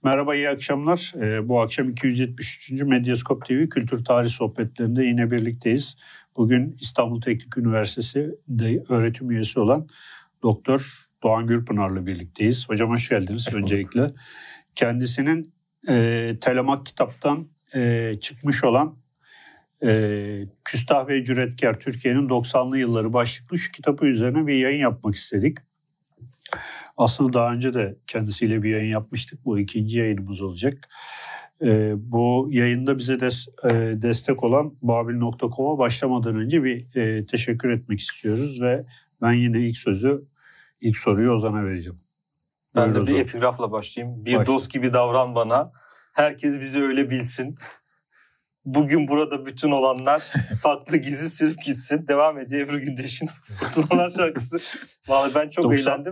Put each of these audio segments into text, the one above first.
Merhaba, iyi akşamlar. Bu akşam 273. Medyaskop TV Kültür Tarih Sohbetlerinde yine birlikteyiz. Bugün İstanbul Teknik Üniversitesi'nde öğretim üyesi olan Doktor Doğan Gürpınar'la birlikteyiz. Hocam hoş geldiniz öncelikle. Kendisinin Telemak kitaptan çıkmış olan Küstah ve Cüretkar Türkiye'nin 90'lı yılları başlıklı şu kitabı üzerine bir yayın yapmak istedik. Aslında daha önce de kendisiyle bir yayın yapmıştık. Bu ikinci yayınımız olacak. Bu yayında bize destek olan babil.com'a başlamadan önce bir teşekkür etmek istiyoruz ve ben yine ilk soruyu Ozan'a vereceğim. Ben de bir epigrafla başlayayım. Bir dost gibi davran bana. Herkes bizi öyle bilsin. Bugün burada bütün olanlar saklı gizli sürüp gitsin. Devam ediyor Ebru Gündeş'in Fırtınalar şarkısı. Vallahi ben çok eğlendim.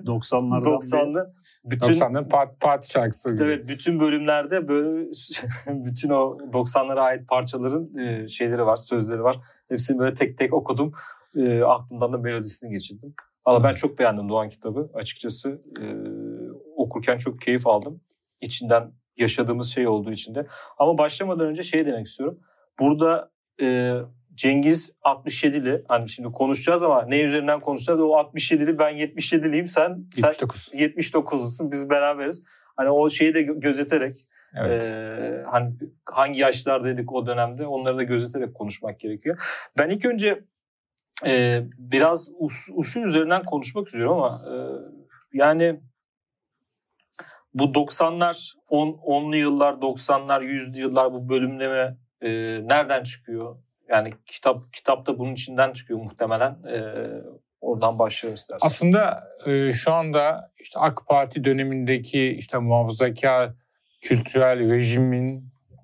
90'ların parti şarkısı gibi. Evet, bütün bölümlerde böyle bütün o 90'lara ait parçaların şeyleri var, sözleri var. Hepsini böyle tek tek okudum. Aklımdan da melodisini geçirdim. Vallahi ben çok beğendim Doğan kitabı. Açıkçası okurken çok keyif aldım. İçinden yaşadığımız şey olduğu için de. Ama başlamadan önce şey demek istiyorum. Burada Cengiz 67'li. Hani şimdi konuşacağız ama ne üzerinden konuşacağız? O 67'li, ben 77'liyim. Sen 79'lusun. Biz beraberiz. Hani o şeyi de gözeterek, evet. Hani hangi yaşlardaydık o dönemde, onları da gözeterek konuşmak gerekiyor. Ben ilk önce biraz usul üzerinden konuşmak istiyorum ama yani bu 90'lar, 10'lu yıllar, 90'lar, 100'lü yıllar bu bölümleme nereden çıkıyor? Yani kitapta bunun içinden çıkıyor muhtemelen. Oradan başlayalım istersen. Aslında şu anda işte AK Parti dönemindeki işte muhafazakar kültürel rejimin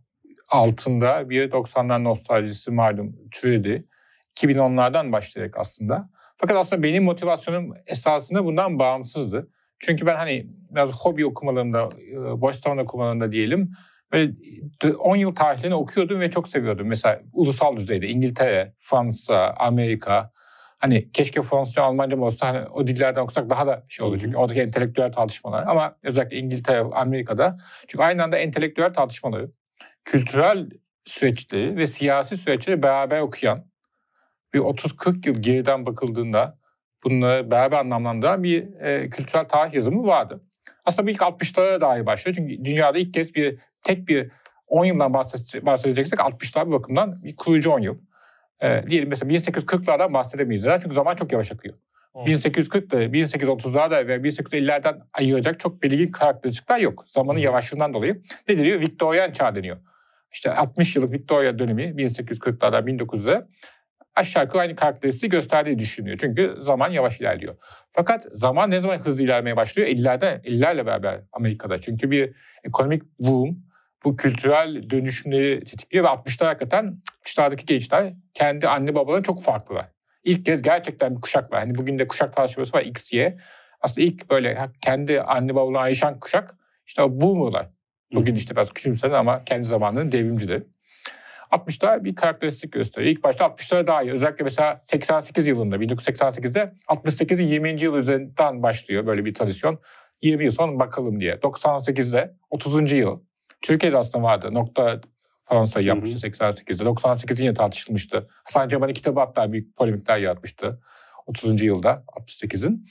altında bir 90'lar nostaljisi malum türedi. 2010'lardan başlayarak aslında. Fakat aslında benim motivasyonum esasında bundan bağımsızdı. Çünkü ben hani biraz hobi okumalarımda, boş zaman okumalarımda diyelim, böyle 10 yıl tarihlerini okuyordum ve çok seviyordum. Mesela ulusal düzeyde İngiltere, Fransa, Amerika. Hani keşke Fransızca, Almanca mı olsa, hani o dillerden okusak daha da şey olur. Çünkü oradaki entelektüel tartışmalar. Ama özellikle İngiltere, Amerika'da. Çünkü aynı anda entelektüel tartışmaları, kültürel süreçleri ve siyasi süreçleri beraber okuyan bir 30-40 yıl geriden bakıldığında bunları beraber anlamlandıran bir kültürel tarih yazımı vardı. Aslında bu ilk 60'lara dair başlıyor. Çünkü dünyada ilk kez tek bir 10 yıldan bahsedeceksek 60'lar bir bakımdan bir kurucu 10 yıl. Diyelim mesela 1840'lardan bahsedemeyiz. Çünkü zaman çok yavaş akıyor. 1840'da, 1830'larda ve 1850'lerden ayıracak çok belirgin karakteristikler yok. Zamanın yavaşlığından dolayı. Ne deniyor? Viktoryan çağ deniyor. İşte 60 yıllık Victoria dönemi 1840'lardan 1900'e aşağı yukarı aynı karakteristiği gösterdiği düşünülüyor. Çünkü zaman yavaş ilerliyor. Fakat zaman ne zaman hızlı ilerlemeye başlıyor? 50'lerle beraber Amerika'da. Çünkü bir ekonomik boom bu kültürel dönüşümleri tetikliyor ve 60'lar hakikaten 60'lardaki gençler kendi anne babaları çok farklılar. İlk kez gerçekten bir kuşak var. Hani bugün de kuşak tartışması var, X, Y. Aslında ilk böyle kendi anne babalarını ayrışan kuşak işte o boomerlar. Bugün işte biraz küçümsenen ama kendi zamanının devrimcileri. 60'lar bir karakteristik gösteriyor. İlk başta 60'lara daha iyi. Özellikle mesela 88 yılında, 1988'de 68'in 20. yıl üzerinden başlıyor böyle bir tradisyon. 20 yıl sonra bakalım diye. 98'de 30. yıl. Türkiye'de aslında vardı. Nokta Fransa'yı yapmıştı 88'de. 98'in yine tartışılmıştı. Hasan Cemal'in kitabı hatta büyük polemikler yaratmıştı. 30. yılda 68'in.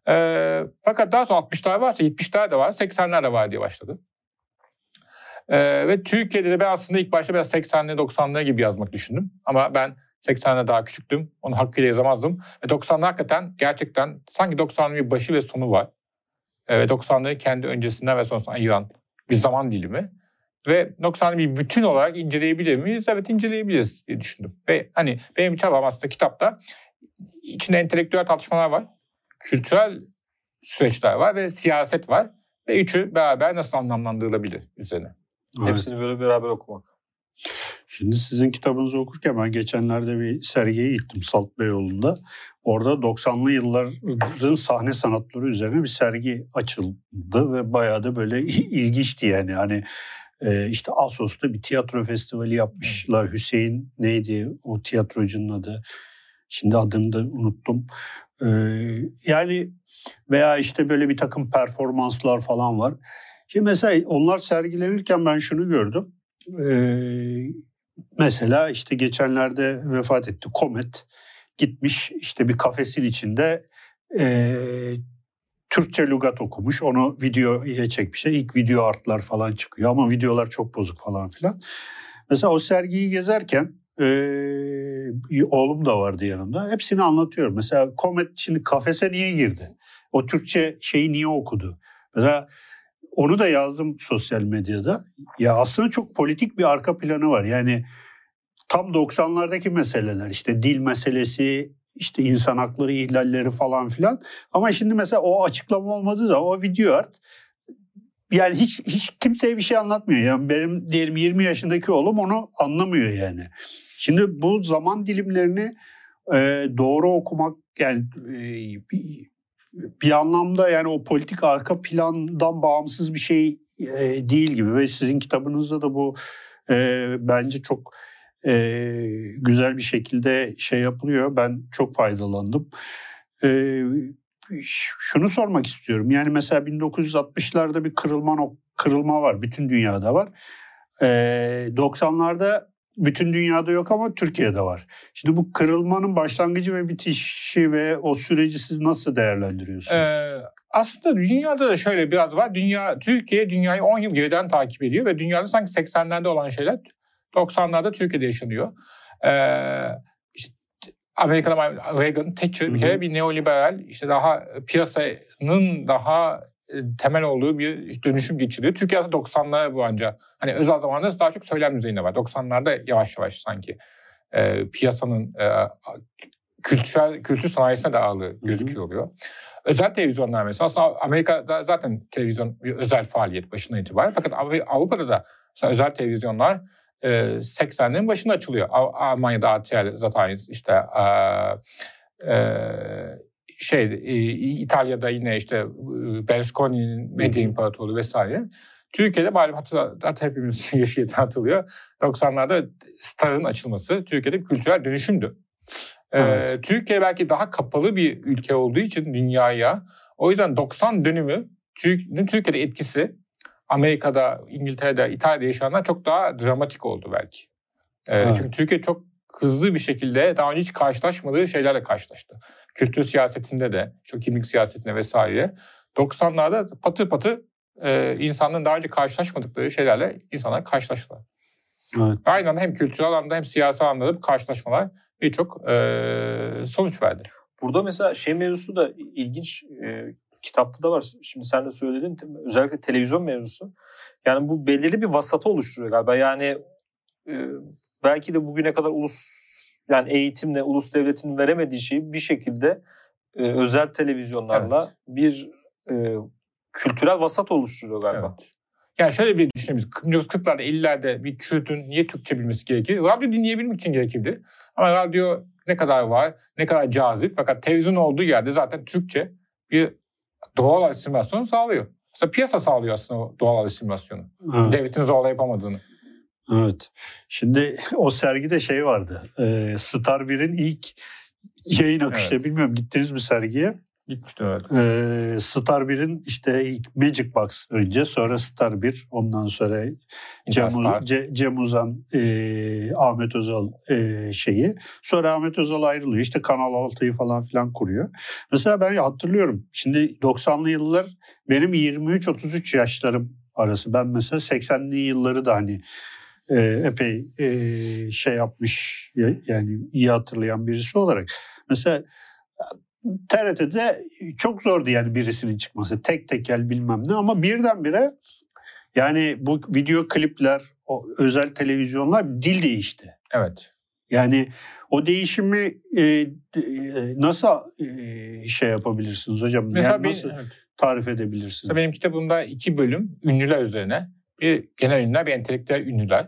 Fakat daha sonra 60'lar varsa 70'ler de var, 80'ler de var diye başladı. Ve Türkiye'de de ben aslında ilk başta biraz 80'li 90'lı gibi yazmak düşündüm. Ama ben 80'de daha küçüktüm. Onu hakkıyla yazamazdım. Ve 90'lı hakikaten gerçekten sanki 90'lı bir başı ve sonu var. Ve 90'lı kendi öncesinden ve sonrasından ayıran bir zaman dilimi. Ve 90'lı bir bütün olarak inceleyebilir miyiz? Evet, inceleyebiliriz diye düşündüm. Ve hani benim çabam aslında kitapta içinde entelektüel tartışmalar var. Kültürel süreçler var ve siyaset var. Ve üçü beraber nasıl anlamlandırılabilir üzerine. Evet. Hepsini böyle beraber okumak. Şimdi sizin kitabınızı okurken ben geçenlerde bir sergiye gittim Salt Beyoğlu'nda. Orada 90'lı yılların sahne sanatları üzerine bir sergi açıldı ve bayağı da böyle ilginçti yani. Hani işte Assos'ta bir tiyatro festivali yapmışlar. Hüseyin neydi o tiyatrocunun adı? Şimdi adını da unuttum. Yani veya işte böyle bir takım performanslar falan var. Şimdi mesela onlar sergilenirken ben şunu gördüm. Mesela işte geçenlerde vefat etti Komet. Gitmiş işte bir kafesin içinde Türkçe lügat okumuş. Onu videoya çekmişler. İlk video artlar falan çıkıyor ama videolar çok bozuk falan filan. Mesela o sergiyi gezerken oğlum da vardı yanımda. Hepsini anlatıyorum. Mesela Komet şimdi kafese niye girdi? O Türkçe şeyi niye okudu? Mesela onu da yazdım sosyal medyada. Ya aslında çok politik bir arka planı var. Yani tam 90'lardaki meseleler, işte dil meselesi, işte insan hakları ihlalleri falan filan. Ama şimdi mesela o açıklama olmadığı zaman o video art yani hiç kimseye bir şey anlatmıyor. Yani benim diyelim 20 yaşındaki oğlum onu anlamıyor yani. Şimdi bu zaman dilimlerini doğru okumak yani bir anlamda yani o politik arka plandan bağımsız bir şey değil gibi ve sizin kitabınızda da bu bence çok güzel bir şekilde şey yapılıyor. Ben çok faydalandım. Şunu sormak istiyorum. Yani mesela 1960'larda bir kırılma var. Bütün dünyada var. 90'larda bütün dünyada yok ama Türkiye'de var. Şimdi bu kırılmanın başlangıcı ve bitişi ve o süreci siz nasıl değerlendiriyorsunuz? Aslında dünyada da şöyle biraz var. Türkiye dünyayı 10 yıl geriden takip ediyor ve dünyada sanki 80'lerde olan şeyler 90'larda Türkiye'de yaşanıyor. İşte Amerika'da Reagan, Thatcher bir kere bir neoliberal, işte daha piyasanın daha temel olduğu bir dönüşüm geçiriyor. Türkiye aslında 90'lara bu anca. Hani özel zamanlarda daha çok söylem düzeyinde var. 90'larda yavaş yavaş sanki piyasanın kültür sanayisine de ağırlığı gözüküyor oluyor. Özel televizyonlar mesela aslında Amerika'da zaten televizyon bir özel faaliyet başından itibaren. Fakat Avrupa'da da mesela özel televizyonlar 80'lerin başında açılıyor. Almanya'da RTL, Sat.1, işte İtalya'da yine işte Berlusconi'nin Medya İmparatorluğu vesaire. Türkiye'de malum hatta hepimiz yaşı hatırlıyor. 90'larda Star'ın açılması Türkiye'de bir kültürel dönüşümdü. Evet. Türkiye belki daha kapalı bir ülke olduğu için dünyaya. O yüzden 90 dönümü Türkiye'de etkisi Amerika'da, İngiltere'de, İtalya'da yaşananlar çok daha dramatik oldu belki. Evet. Çünkü Türkiye çok hızlı bir şekilde daha önce hiç karşılaşmadığı şeylerle karşılaştı. Kültür siyasetinde de, kimlik siyasetinde vesaire. 90'larda patır patır insanların daha önce karşılaşmadıkları şeylerle insanlar karşılaştılar. Evet. Aynı anda hem kültürel alanda hem siyasi alanda da karşılaşmalar birçok sonuç verdi. Burada mesela mevzusu da ilginç, kitapta da var. Şimdi sen de söyledin, özellikle televizyon mevzusu. Yani bu belirli bir vasatı oluşturuyor galiba. Yani belki de bugüne kadar yani eğitimle ulus devletinin veremediği şeyi bir şekilde özel televizyonlarla bir kültürel vasat oluşturuyor galiba. Evet. Yani şöyle bir düşünebiliriz. 1940'larda 50'lerde bir Kürt'ün niye Türkçe bilmesi gerekir? Radyo dinleyebilmek için gerekirdi. Ama radyo ne kadar var, ne kadar cazip. Fakat televizyon olduğu yerde zaten Türkçe bir doğal asimilasyonu sağlıyor. Mesela piyasa sağlıyor aslında o doğal asimilasyonu. Evet. Devletin zorla yapamadığını. Evet. Şimdi o sergide vardı. Star 1'in ilk yayın akışı. Evet. Bilmiyorum gittiniz mi sergiye? Gitmiştim, evet. Star 1'in işte ilk Magic Box önce, sonra Star 1, ondan sonra Cem Uzan, Ahmet Özal Sonra Ahmet Özal ayrılıyor. İşte Kanal 6'yı falan filan kuruyor. Mesela ben hatırlıyorum. Şimdi 90'lı yıllar benim 23-33 yaşlarım arası. Ben mesela 80'li yılları da hani epey yapmış, yani iyi hatırlayan birisi olarak. Mesela TRT'de çok zordu yani birisinin çıkması. Tek tekel bilmem ne, ama birdenbire yani bu video klipler, o özel televizyonlar, dil değişti. Evet. Yani o değişimi nasıl yapabilirsiniz hocam? Mesela yani nasıl tarif edebilirsiniz? Mesela benim kitabımda 2 bölüm ünlüler üzerine. Bir genel ünlüler, bir entelektüel ünlüler.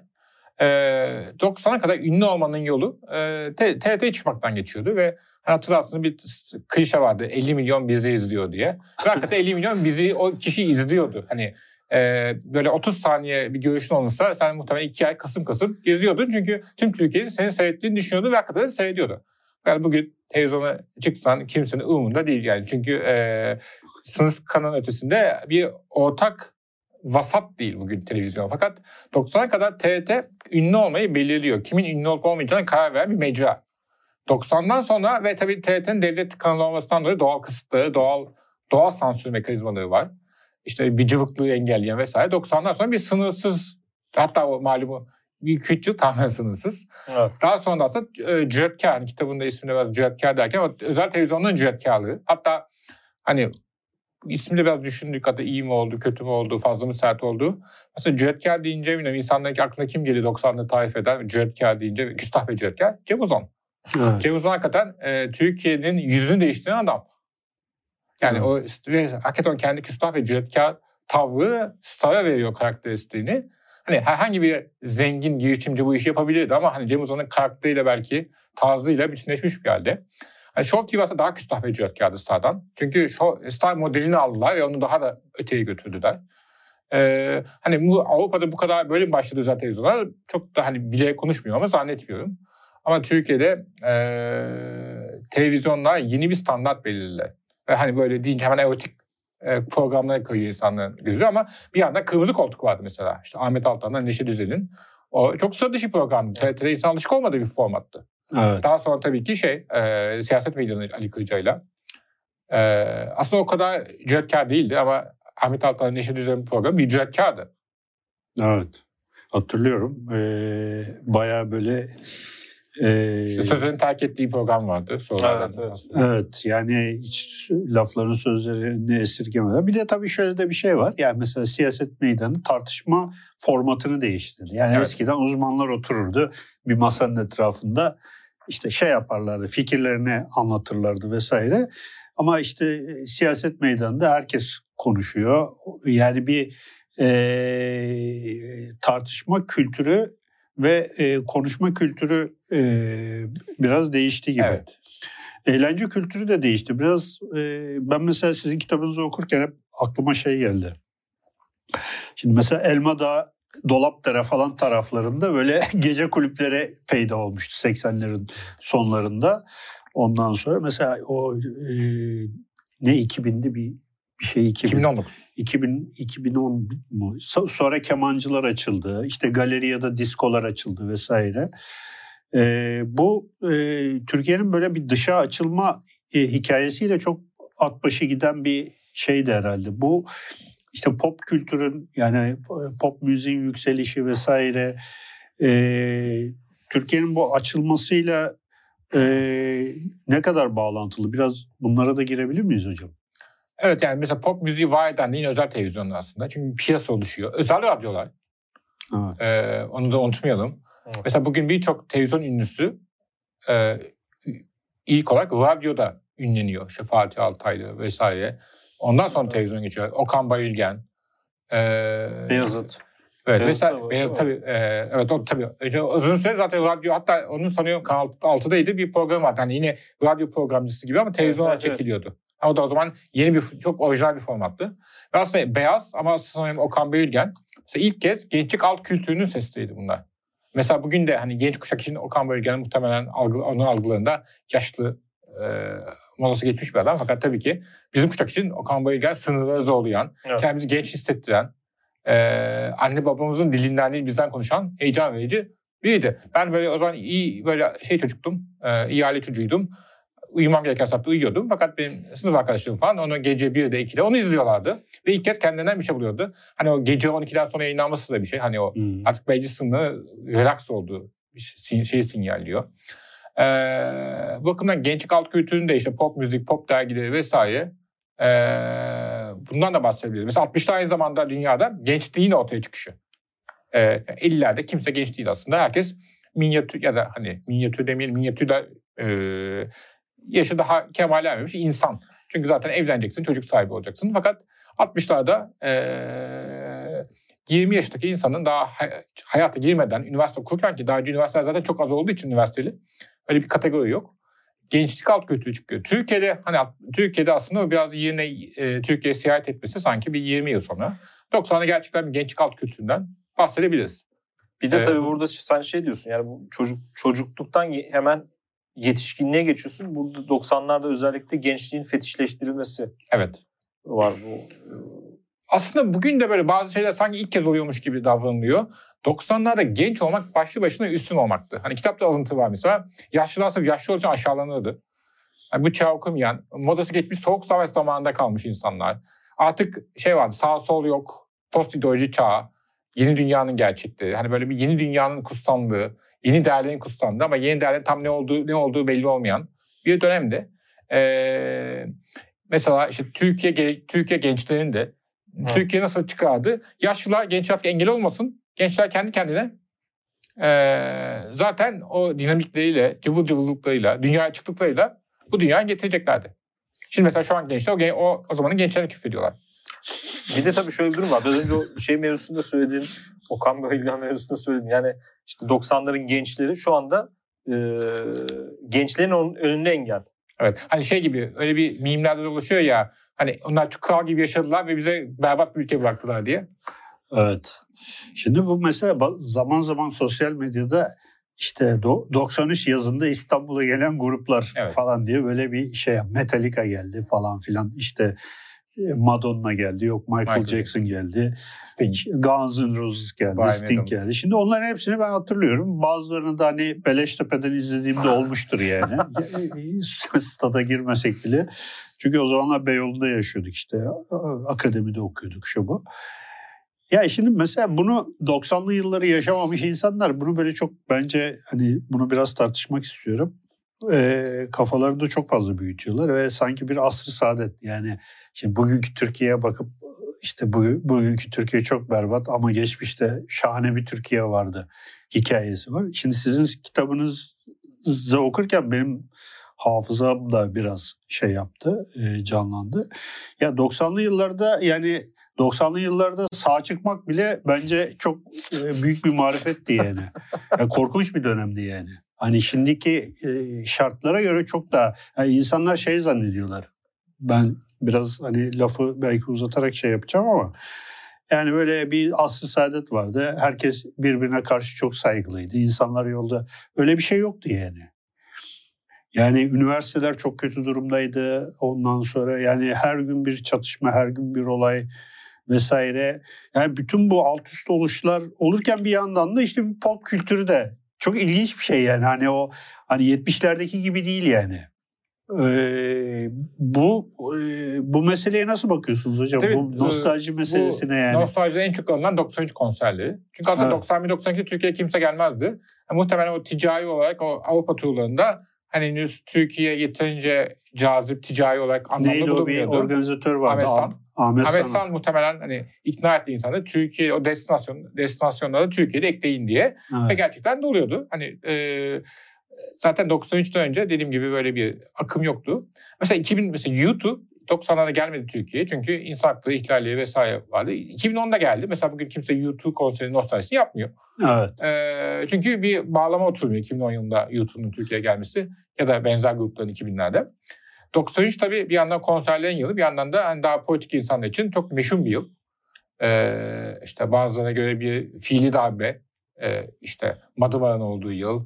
90'a kadar ünlü olmanın yolu TRT'ye çıkmaktan geçiyordu ve hatırlarsınız bir klişe vardı, 50 milyon bizi izliyor diye. Ve hakikaten 50 milyon bizi o kişi izliyordu. Hani böyle 30 saniye bir görüşün olursa sen muhtemelen 2 ay kasım geziyordun. Çünkü tüm Türkiye seni seyrettiğini düşünüyordu ve hakikaten seyrediyordu. Yani bugün televizyona çıksan kimsenin umurunda değil yani. Çünkü sınıf kanalın ötesinde bir ortak vasat değil bugün televizyon. Fakat 90'a kadar TRT ünlü olmayı belirliyor. Kimin ünlü olup olmayacağına karar veren bir mecra. 90'dan sonra ve tabii TRT'nin devlet kanalı olmasından dolayı doğal kısıtları, doğal sansür mekanizmaları var. İşte bir cıvıklığı engelleyen vesaire. 90'dan sonra bir sınırsız, hatta o malumu 2-3 yıl tamamen sınırsız. Evet. Daha sonra da aslında cüretkar, hani kitabında isminde biraz cüretkar derken özel televizyonların cüretkarlığı. Hatta hani ismini biraz düşündük, hatta iyi mi oldu, kötü mü oldu, fazla mı sert oldu. Mesela cüretkar deyince eminim insanların aklına kim geliyor 90'lı tarif eden cüretkar deyince, küstah ve cüretkar? Cem Uzan. Evet. Cem Uzan hakikaten Türkiye'nin yüzünü değiştiren adam. Yani o hakikaten kendi küstah ve cüretkar tavrı Star'a veriyor karakteristiğini. Hani herhangi bir zengin girişimci bu işi yapabilirdi ama hani Cem Uzan'ın karakteriyle belki tarzıyla bütünleşmiş bir halde. Hani Show TV aslında daha küstah ve cüretkardı Star'dan. Çünkü Star modelini aldılar ve onu daha da öteye götürdüler. Hani bu Avrupa'da bu kadar böyle mi başladı özel televizyonlar? Çok da hani bile konuşmuyor ama zannetmiyorum. Ama Türkiye'de televizyonlar yeni bir standart belirlediler. Ve hani böyle deyince hemen erotik programlara koyuyor insanların gözü ama bir yandan Kırmızı Koltuk vardı mesela. İşte Ahmet Altan'la Neşe Düzel'in. O çok sıra dışı programdı. TRT'de insan alışık olmadığı bir formattı. Evet. Daha sonra tabii ki Siyaset Meydanı Ali Kırca'yla. Aslında o kadar cüretkar değildi ama Ahmet Altan'la Neşe Düzel'in programı bir cüretkardı. Evet. Hatırlıyorum. Bayağı böyle... sözlerini terk ettiği program vardı. Evet, yani hiç lafların sözlerini esirgemeden. Bir de tabii şöyle de bir şey var. Yani mesela Siyaset Meydanı tartışma formatını değiştirdi. Yani eskiden uzmanlar otururdu bir masanın etrafında. İşte yaparlardı, fikirlerini anlatırlardı vesaire. Ama işte Siyaset Meydanı'nda herkes konuşuyor. Yani bir tartışma kültürü ve konuşma kültürü biraz değişti gibi. Evet. Eğlence kültürü de değişti. Biraz ben mesela sizin kitabınızı okurken hep aklıma geldi. Şimdi mesela Elmadağ, Dolapdere falan taraflarında böyle gece kulüpleri peyda olmuştu 80'lerin sonlarında. Ondan sonra mesela o 2000'di bir şey 2019. 2010 mu? Sonra kemancılar açıldı. İşte galeri ya da diskolar açıldı vesaire. Bu Türkiye'nin böyle bir dışa açılma hikayesiyle çok at başı giden bir şeydi herhalde. Bu işte pop kültürün, yani pop müziğin yükselişi vesaire, Türkiye'nin bu açılmasıyla ne kadar bağlantılı? Biraz bunlara da girebilir miyiz hocam? Evet, yani mesela pop müziği var eden de yine özel televizyonlar aslında. Çünkü bir piyasa oluşuyor. Özel radyolar. Evet. Onu da unutmayalım. Evet. Mesela bugün birçok televizyon ünlüsü ilk olarak radyoda ünleniyor. İşte Fatih Altaylı vesaire. Ondan sonra televizyona geçiyor. Okan Bayülgen. Beyazıt. Evet, mesela Beyazıt tabii. Evet, o tabii. Uzun süre zaten radyo, hatta onun sanıyorum Kanal 6'daydı bir program vardı. Hani yine radyo programcısı gibi ama televizyona çekiliyordu. Evet. O da o zaman yeni çok orijinal bir formattı. Ve aslında beyaz ama sanırım Okan Bayülgen mesela ilk kez gençlik alt kültürünün sesliydi bunlar. Mesela bugün de hani genç kuşak için Okan Bayülgen muhtemelen onun algılarında yaşlı molası geçmiş bir adam. Fakat tabii ki bizim kuşak için Okan Bayülgen sınırları zorlayan, kendimizi genç hissettiren, anne babamızın dilinden değil bizden konuşan heyecan verici biriydi. Ben böyle o zaman iyi böyle çocuktum, iyi aile çocuğuydum. Uyumam gereken saatte uyuyordum. Fakat benim sınıf arkadaşlarım falan onu gece 1'de 2'de onu izliyorlardı. Ve ilk kez kendinden bir şey buluyordu. Hani o gece 12'den sonra yayınlanması da bir şey. Hani o artık belki sınırı relax olduğu bir şeyi sinyalliyor. Bu bakımdan gençlik alt kültürünün de işte pop müzik, pop dergileri vesaire bundan da bahsedebiliriz. Mesela 60'lar aynı zamanda dünyada gençliğin ortaya çıkışı. 50'lerde kimse genç değil aslında. Herkes minyatür ya da hani minyatür demeyelim, minyatürler yaşı daha kemale ermemiş insan. Çünkü zaten evleneceksin, çocuk sahibi olacaksın. Fakat 60'larda 20 yaşındaki insanın daha hayata girmeden üniversite okurken, ki daha önce üniversiteler zaten çok az olduğu için üniversiteli öyle bir kategori yok. Gençlik alt kültürü çıkıyor. Türkiye'de aslında biraz yerine Türkiye'ye seyahat etmesi sanki bir 20 yıl sonra. 90'da gerçekten bir gençlik alt kültüründen bahsedebiliriz. Bir de tabii burada sen diyorsun yani bu çocukluktan hemen yetişkinliğe geçiyorsun. Burada 90'larda özellikle gençliğin fetişleştirilmesi evet var bu. aslında bugün de böyle bazı şeyler sanki ilk kez oluyormuş gibi davranılıyor. 90'larda genç olmak başlı başına üstün olmaktı. Hani kitapta alıntı var mesela. Yaşlılar sırf yaşlı olduğu için aşağılanırdı. Yani bu çağı okumayan, modası geçmiş soğuk savaş zamanında kalmış insanlar. Artık vardı, sağ sol yok, post ideoloji çağı, yeni dünyanın gerçekleri. Hani böyle bir yeni dünyanın kutsandığı, yeni değerlerin kutsandığı ama yeni değerlerin tam ne olduğu belli olmayan bir dönemdi. Mesela işte Türkiye gençlerinin de Türkiye nasıl çıkardı? Yaşlılar genç artık engel olmasın. Gençler kendi kendine zaten o dinamikleriyle, cıvıl cıvıllıklarıyla, dünyaya çıktıklarıyla bu dünyayı getireceklerdi. Şimdi mesela şu an gençler o zamanın gençlerine küfrediyorlar. Bir de tabii şöyle bir durum var. Biraz önce o mevzusunda söylediğim, Okan Bölgen mevzusunda söyledim. Yani işte 90'ların gençleri şu anda gençlerin onun önünde engel. Evet. Hani gibi öyle bir mimlerde dolaşıyor ya. Hani onlar çok kral gibi yaşadılar ve bize berbat bir ülke bıraktılar diye. Evet. Şimdi bu mesela zaman zaman sosyal medyada işte 93 yazında İstanbul'a gelen gruplar falan diye böyle bir Metallica geldi falan filan. İşte Madonna geldi, yok Michael Jackson geldi, Sting. Guns N' Roses geldi, Sting geldi. Şimdi onların hepsini ben hatırlıyorum. Bazılarını da hani Beleştepe'den izlediğimde olmuştur yani. Stada girmesek bile. Çünkü o zamanlar Beyoğlu'nda yaşıyorduk işte. Akademide okuyorduk bu. Ya şimdi mesela bunu 90'lı yılları yaşamamış insanlar bunu böyle çok bence hani bunu biraz tartışmak istiyorum. Kafalarında çok fazla büyütüyorlar ve sanki bir asr-ı saadet. Yani şimdi bugünkü Türkiye'ye bakıp işte bugünkü Türkiye çok berbat ama geçmişte şahane bir Türkiye vardı hikayesi var. Şimdi sizin kitabınızı okurken benim hafızam da biraz yaptı, canlandı. Ya 90'lı yıllarda sağ çıkmak bile bence çok büyük bir marifetti yani. Korkunç bir dönemdi yani. Hani şimdiki şartlara göre çok daha insanlar zannediyorlar. Ben biraz hani lafı belki uzatarak yapacağım ama yani böyle bir asr-ı saadet vardı. Herkes birbirine karşı çok saygılıydı. İnsanlar yolda öyle bir şey yoktu yani. Yani üniversiteler çok kötü durumdaydı. Ondan sonra yani her gün bir çatışma, her gün bir olay vesaire. Yani bütün bu alt üst oluşlar olurken bir yandan da işte bir pop kültürü de çok ilginç bir şey yani. Hani o 70'lerdeki gibi değil yani. Bu meseleye nasıl bakıyorsunuz hocam? Tabii, bu nostalji meselesine yani. Nostaljide en çok alınan 93 konserleri. Çünkü aslında 91-92'de Türkiye'ye kimse gelmezdi. Muhtemelen o ticari olarak o Avrupa turlarında hani henüz Türkiye yeterince cazip ticari olarak anlamda bulunmuyordu. Neydi o bir organizatör vardı? Ahmet San muhtemelen hani ikna etti insanları Türkiye o destinasyonlara Türkiye'de ekleyin diye. Evet. Ve gerçekten de oluyordu. Hani zaten 93'ten önce dediğim gibi böyle bir akım yoktu. Mesela YouTube 90'larda gelmedi Türkiye'ye çünkü insan hakları ihlalleri vesaire vardı. 2010'da geldi. Mesela bugün kimse YouTube konseri nostaljisi yapmıyor. Evet. Çünkü bir bağlama oturmuyor 2010 yılında YouTube'un Türkiye'ye gelmesi ya da benzer grupların 2000'lerde. 93 tabii bir yandan konserlerin yılı, bir yandan da hani daha politik insanlar için çok meşhur bir yıl. İşte bazılarına göre bir fiili darbe, işte Madımara'nın olduğu yıl.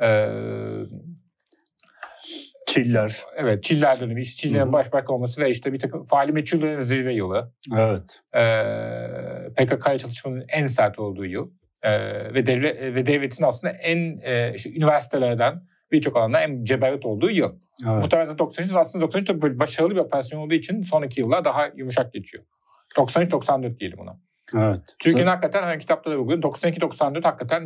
Çiller. Evet, Çiller dönemi. İşte Çiller'in başbakan olması ve işte bir takım faali meçhullerin zirve yılı. Evet. PKK'ya çatışmanın en sert olduğu yıl. Ve devletin aslında en üniversitelerden birçok alanda en ceberut olduğu yıl. Evet. Muhtemelen 93 aslında 93 çok başarılı bir operasyon olduğu için sonraki yıllar daha yumuşak geçiyor. 93-94 diyelim ona. Evet. Türkiye'nin hakikaten hani kitapta da bugün 92-94 hakikaten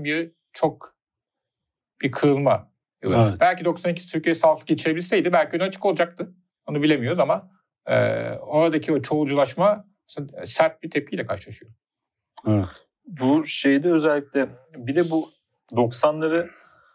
bir kırılma yılı. Evet. Belki 92 Türkiye sağlıklı geçirebilseydi belki öne açık olacaktı. Onu bilemiyoruz ama oradaki o çoğulculaşma sert bir tepkiyle karşılaşıyor. Evet. Bu özellikle bir de bu 90'ları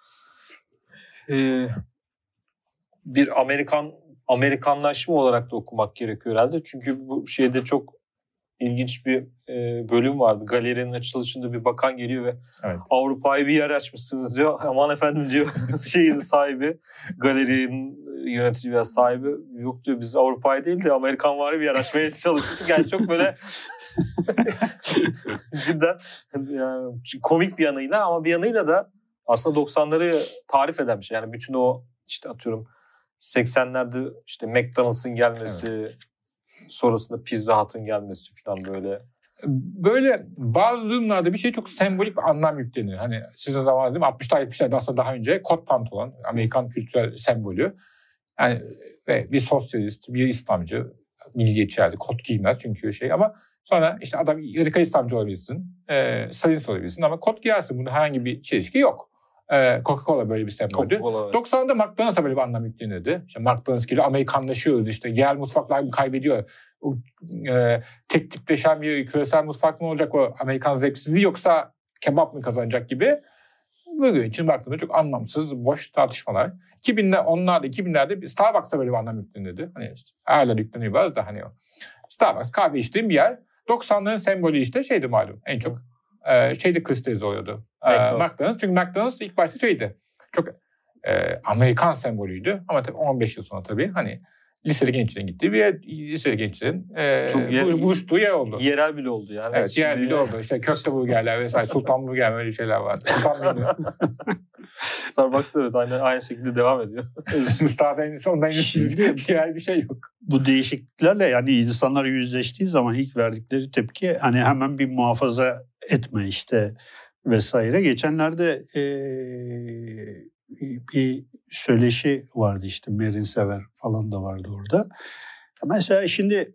bir Amerikanlaşma olarak da okumak gerekiyor herhalde. Çünkü bu çok ilginç bir bölüm vardı. Galerinin açılışında bir bakan geliyor ve Avrupa'yı bir yer açmışsınız diyor. Aman efendim diyor şeyin sahibi, galerinin yönetici veya sahibi. Yok diyor biz Avrupa'yı değil de Amerikanvari bir yer açmaya çalıştık. Yani çok böyle cidden yani komik bir yanıyla ama bir yanıyla da aslında 90'ları tarif eden bir şey. Yani bütün o işte atıyorum 80'lerde işte McDonald's'ın gelmesi, sonrasında Pizza Hut'ın gelmesi falan böyle. Böyle bazı durumlarda bir şey çok sembolik bir anlam yükleniyor. Hani sizin zamanında değil mi? 60'lar 70'lerde aslında daha önce kot pantolon, Amerikan kültürel sembolü. Yani ve bir sosyalist, bir İslamcı, milliyetçi herhalde kot giymez çünkü şey ama sonra işte adam radikal İslamcı olabilirsin, Stalinist olabilirsin ama kot giyersin. Bunda herhangi bir çelişki yok. Coca-Cola böyle bir semboldü. 90'da McDonald's'a böyle bir anlam yüklenirdi. İşte McDonald's gibi Amerikanlaşıyoruz, işte yerel mutfaklar kaybediyor. Tek tipleşen bir küresel mutfak mı olacak, o Amerikan zevksizliği yoksa kebap mı kazanacak gibi. Bugün için baktığımda çok anlamsız, boş tartışmalar. 2000'lerde Starbucks'ta böyle bir anlam yüklenirdi. Hani işte, hala yükleniyor biraz da hani o. Starbucks kahve içtiğim bir yer. 90'ların sembolü işte şeydi malum en çok. Şeyde kristalize oluyordu. McDonald's. Çünkü McDonald's ilk başta şeydi. Çok Amerikan sembolüydü. Ama tabii 15 yıl sonra tabii hani liseli gençlerin gittiği bir yer, liseli gençlerin buluştuğu yer oldu. Yerel bile oldu yani. Evet, yerel bile oldu. İşte köfte burgerler vesaire, sultan burger öyle şeyler vardı. Starbucks evet aynı şekilde devam ediyor. Starbucks'tan ondan diğer bir şey yok. Bu değişikliklerle yani insanlar yüzleştiği zaman ilk verdikleri tepki hani hemen bir muhafaza etme işte vesaire. Geçenlerde bir söyleşi vardı işte Merin Sever falan da vardı orada. Mesela şimdi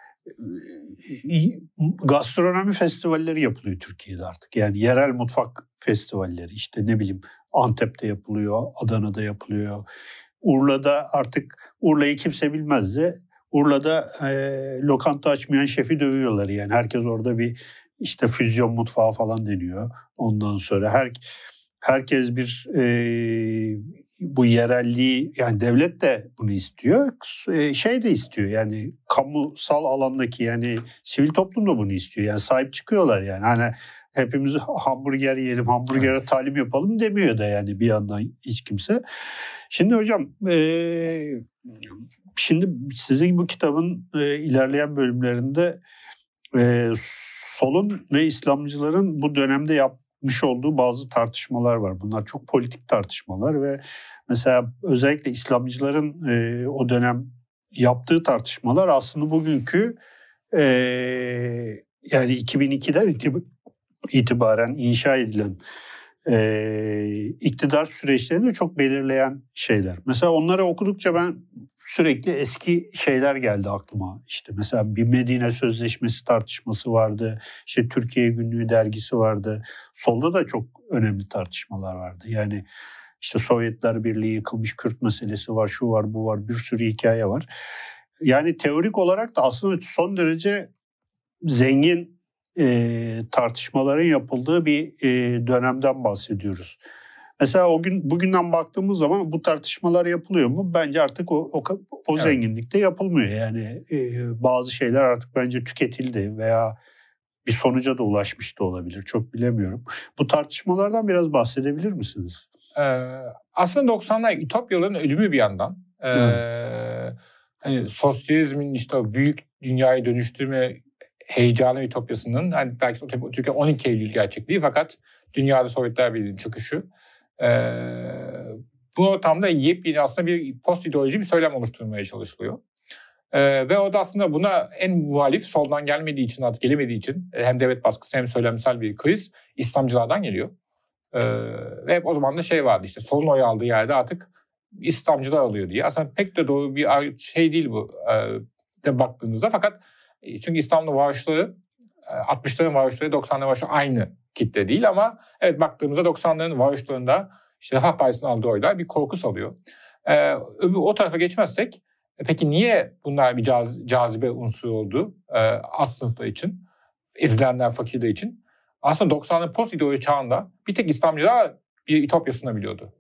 gastronomi festivalleri yapılıyor Türkiye'de artık. Yani yerel mutfak festivalleri işte ne bileyim Antep'te yapılıyor, Adana'da yapılıyor. Urla'da artık Urla'yı kimse bilmezdi. Urla'da lokanta açmayan şefi dövüyorlar yani. Herkes orada bir işte füzyon mutfağı falan deniyor. Ondan sonra herkes bir bu yerelliği yani devlet de bunu istiyor. Şey de istiyor yani kamusal alandaki yani sivil toplum da bunu istiyor. Yani sahip çıkıyorlar yani. Hani hepimiz hamburger yiyelim, hamburgere talim yapalım demiyor da yani bir yandan hiç kimse. Şimdi hocam şimdi sizin bu kitabın ilerleyen bölümlerinde solun ve İslamcıların bu dönemde yapmış olduğu bazı tartışmalar var. Bunlar çok politik tartışmalar ve mesela özellikle İslamcıların o dönem yaptığı tartışmalar aslında bugünkü yani 2002'den itibaren inşa edilen iktidar süreçlerini çok belirleyen şeyler. Mesela onları okudukça ben sürekli eski şeyler geldi aklıma. İşte mesela bir Medine Sözleşmesi tartışması vardı. İşte Türkiye Günlüğü dergisi vardı. Solda da çok önemli tartışmalar vardı. Yani işte Sovyetler Birliği yıkılmış, Kürt meselesi var, şu var, bu var, bir sürü hikaye var. Yani teorik olarak da aslında son derece zengin tartışmaların yapıldığı bir dönemden bahsediyoruz. Mesela bugünden baktığımız zaman bu tartışmalar yapılıyor mu? Bence artık o evet. Zenginlikte yapılmıyor. Yani bazı şeyler artık bence tüketildi veya bir sonuca da ulaşmış da olabilir. Çok bilemiyorum. Bu tartışmalardan biraz bahsedebilir misiniz? Aslında 90'lar ütopyaların ölümü bir yandan. Hani sosyalizmin işte o büyük dünyayı dönüştürme heyecanı ütopyasının yani belki Türkiye 12 Eylül gerçekliği fakat dünyada Sovyetler Birliği'nin çöküşü. Bu ortamda yepyeni aslında bir post ideoloji bir söylem oluşturmaya çalışılıyor. Ve o da aslında buna en muhalif soldan gelmediği için artık gelemediği için hem devlet baskısı hem söylemsel bir kriz İslamcılardan geliyor. Ve hep o zaman da şey vardı işte solun oy aldığı yerde artık İslamcılar alıyor diye. Aslında pek de doğru bir şey değil bu de baktığınızda fakat çünkü İslam'da varoluşları 60'ların varoluşları 90'ların varoluşları aynı kitle değil ama evet baktığımızda 90'ların varoluşlarında işte Refah Partisi'nin aldığı oylar bir korku salıyor. O tarafa geçmezsek peki niye bunlar bir cazibe unsuru oldu az sınıflar için, ezilenler, fakirler için? Aslında 90'ların post ideoloji çağında bir tek İslamcılar bir ütopya sunabiliyordu.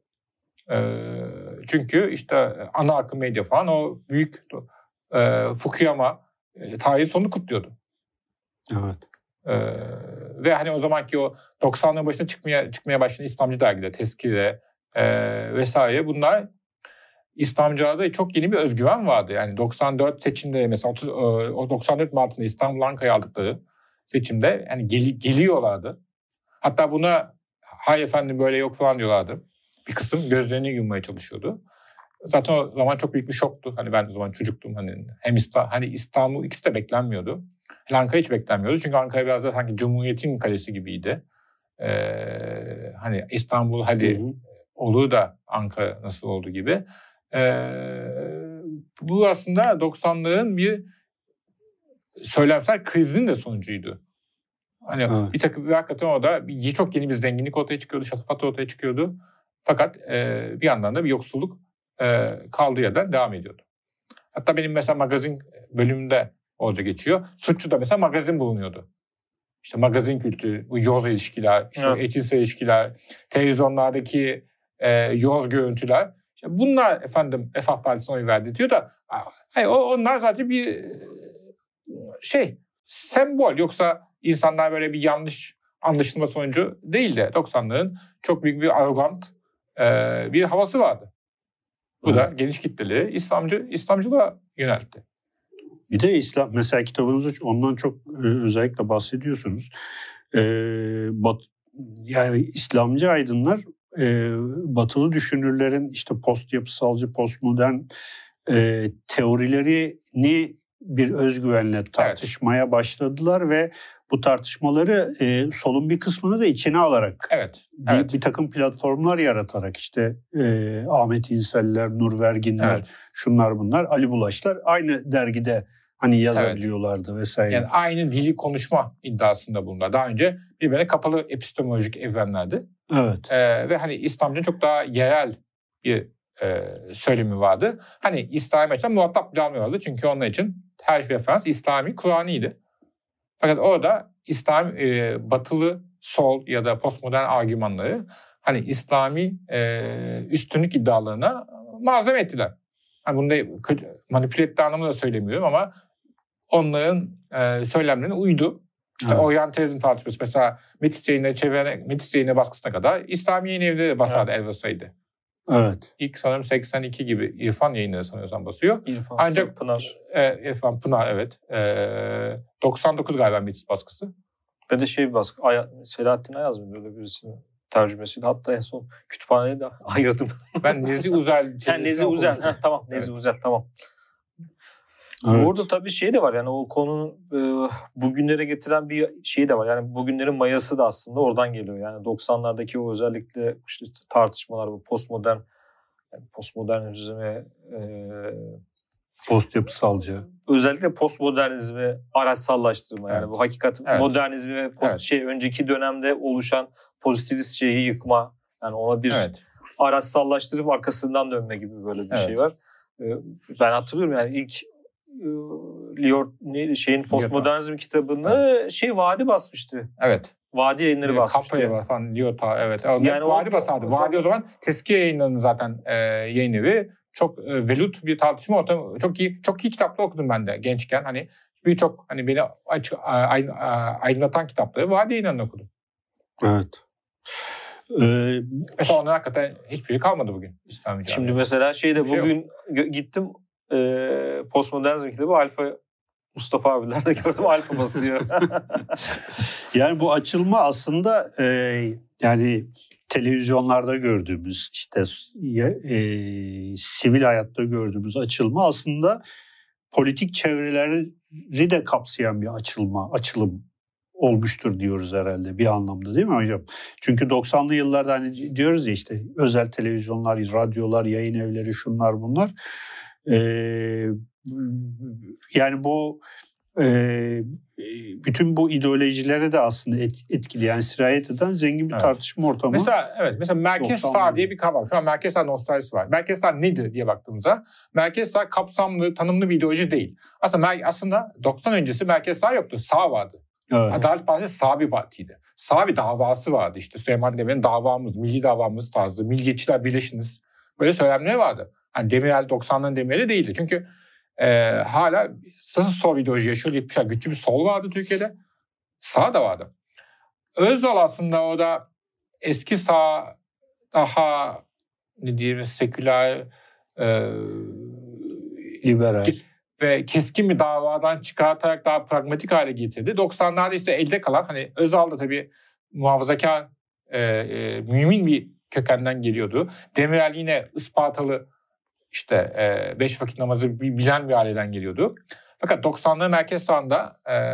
Çünkü işte ana akım medya falan o büyük Fukuyama tarihin sonunu kutluyordu. Evet. Ve hani o zamanki o 90'ların başında çıkmaya başlayan İslamcı dergiler, Tezkire vesaire bunlar İslamcılarda çok yeni bir özgüven vardı. Yani 94 seçimde mesela o 94 Mart'ında İstanbul Ankara'yı aldıkları seçimde yani geliyorlardı. Hatta buna hay efendim böyle yok falan diyorlardı. Bir kısım gözlerini yummaya çalışıyordu. Zaten o zaman çok büyük bir şoktu. Hani ben o zaman çocuktum. Hem İstanbul ikisi de beklenmiyordu. Ankara hiç beklenmiyordu. Çünkü Ankara biraz da sanki Cumhuriyet'in kalesi gibiydi. Hani İstanbul olur da Ankara nasıl oldu gibi. Bu aslında 90'ların bir söylemsel krizinin de sonucuydu. Hani bir takım hakikaten orada çok yeni bir zenginlik ortaya çıkıyordu, şatafat ortaya çıkıyordu. Fakat bir yandan da bir yoksulluk kaldığı yerden devam ediyordu. Hatta benim mesela magazin bölümünde orada geçiyor. Suççu'da mesela magazin bulunuyordu. İşte magazin kültürü, bu yoz ilişkiler, işte eşcinsel ilişkiler, televizyonlardaki yoz görüntüler. İşte bunlar efendim Refah Partisi'ne oy verdi diyor da onlar zaten bir sembol. Yoksa insanlar böyle bir yanlış anlaşılma sonucu değil de 90'ların çok büyük bir arrogant bir havası vardı. Bu da geniş kitleli İslamcılığa yöneltti. Bir de İslam mesela kitabınızda ondan çok özellikle bahsediyorsunuz. Yani İslamcı aydınlar batılı düşünürlerin işte post yapısalcı, postmodern teorilerini bir özgüvenle tartışmaya başladılar ve bu tartışmaları solun bir kısmını da içine alarak bir takım platformlar yaratarak işte Ahmet İnsel'ler, Nur Verginler, şunlar bunlar, Ali Bulaşlar aynı dergide hani yazabiliyorlardı vesaire. Yani aynı dili konuşma iddiasında bunlar. Daha önce birbirine kapalı epistemolojik evrenlerdi. Evet. Ve hani İslamcı'nın çok daha yerel bir söylemi vardı. Hani İslami açıdan muhatap bile almıyorlardı. Çünkü onun için her referans İslami, Kur'ani'ydi. Fakat orada batılı sol ya da postmodern argümanları hani İslami üstünlük iddialarına malzeme ettiler. Hani bunu da manipüle ettiği anlamında da söylemiyorum ama onların söylemlerine uydu. İşte oryantalizm tartışması mesela Metis yayını baskısına kadar İslami Yayın Evi'nde de basardı Elvasa'ydı. Evet. İlk sanırım 82 gibi İrfan Yayınları sanıyorsam basıyor. Ancak Pınar. İrfan Pınar evet. 99 galiba Metis baskısı. Ve de bir baskı. Selahattin Ayaz mı böyle birisinin tercümesiydi. Hatta en son kütüphaneye de ayırdım. Ben Nezih Uzel. Nezih Uzel. Tamam. Nezih Uzel tamam. Evet. Orada tabii de var yani o konunun bugünlere getiren bir de var. Yani bugünlerin mayası da aslında oradan geliyor. Yani 90'lardaki o özellikle işte tartışmalar, bu postmodernizme, post yapısalcı. Özellikle postmodernizmi araçsallaştırma. Yani bu hakikat modernizmi ve önceki dönemde oluşan pozitivist şeyi yıkma. Yani ona bir araçsallaştırıp arkasından dönme gibi böyle bir şey var. Ben hatırlıyorum yani ilk postmodernizm kitabını Vadi basmıştı. Evet. Vadi Yayınları basmıştı. Kapaya var falan Lyotard evet. Yani Vadi basardı. Vadi o zaman Teskiye Yayınları'nın zaten yayın evi. Çok velut bir tartışma ortamı. Çok iyi kitaplar okudum ben de gençken. Hani birçok hani beni aydınlatan kitapları Vadi Yayınları'nda okudum. Evet. Mesela ondan hakikaten hiçbir şey kalmadı bugün İslami camiada. Şimdi mesela bugün gittim postmodernizm kitabı Alfa Mustafa abiler de gördüm Alfa basıyor. Yani bu açılma aslında yani televizyonlarda gördüğümüz işte sivil hayatta gördüğümüz açılma aslında politik çevreleri de kapsayan bir açılım olmuştur diyoruz herhalde bir anlamda değil mi hocam? Çünkü 90'lı yıllarda hani diyoruz ya işte özel televizyonlar, radyolar, yayın evleri şunlar bunlar. Yani bu bütün bu ideolojilere de aslında etkileyen, sirayet eden zengin bir tartışma ortamı. Mesela merkez sağ diye bir kavram. Şu an merkez sağ nostaljisi var. Merkez sağ nedir diye baktığımızda merkez sağ kapsamlı, tanımlı bir ideoloji değil. Aslında 90 öncesi merkez sağ yoktu. Sağ vardı. Evet. Adalet Partisi sağ bir partiydi. Sağ bir davası vardı. İşte Süleyman Demirel'in davamız, milli davamız tarzı, milliyetçiler birleşiniz. Böyle söylemleri vardı. Yani Demirel 90'ların Demirel'i değildi. Çünkü hala sol ideoloji yaşıyor. 70'ler güçlü bir sol vardı Türkiye'de. Sağ da vardı. Özal aslında o da eski sağ daha seküler liberal ve keskin bir davadan çıkartarak daha pragmatik hale getirdi. 90'larda ise elde kalan hani Özal da tabii muhafazakar mümin bir kökenden geliyordu. Demirel yine Ispartalı işte 5 vakit namazı bilen bir aileden geliyordu. Fakat 90'lı merkez sağında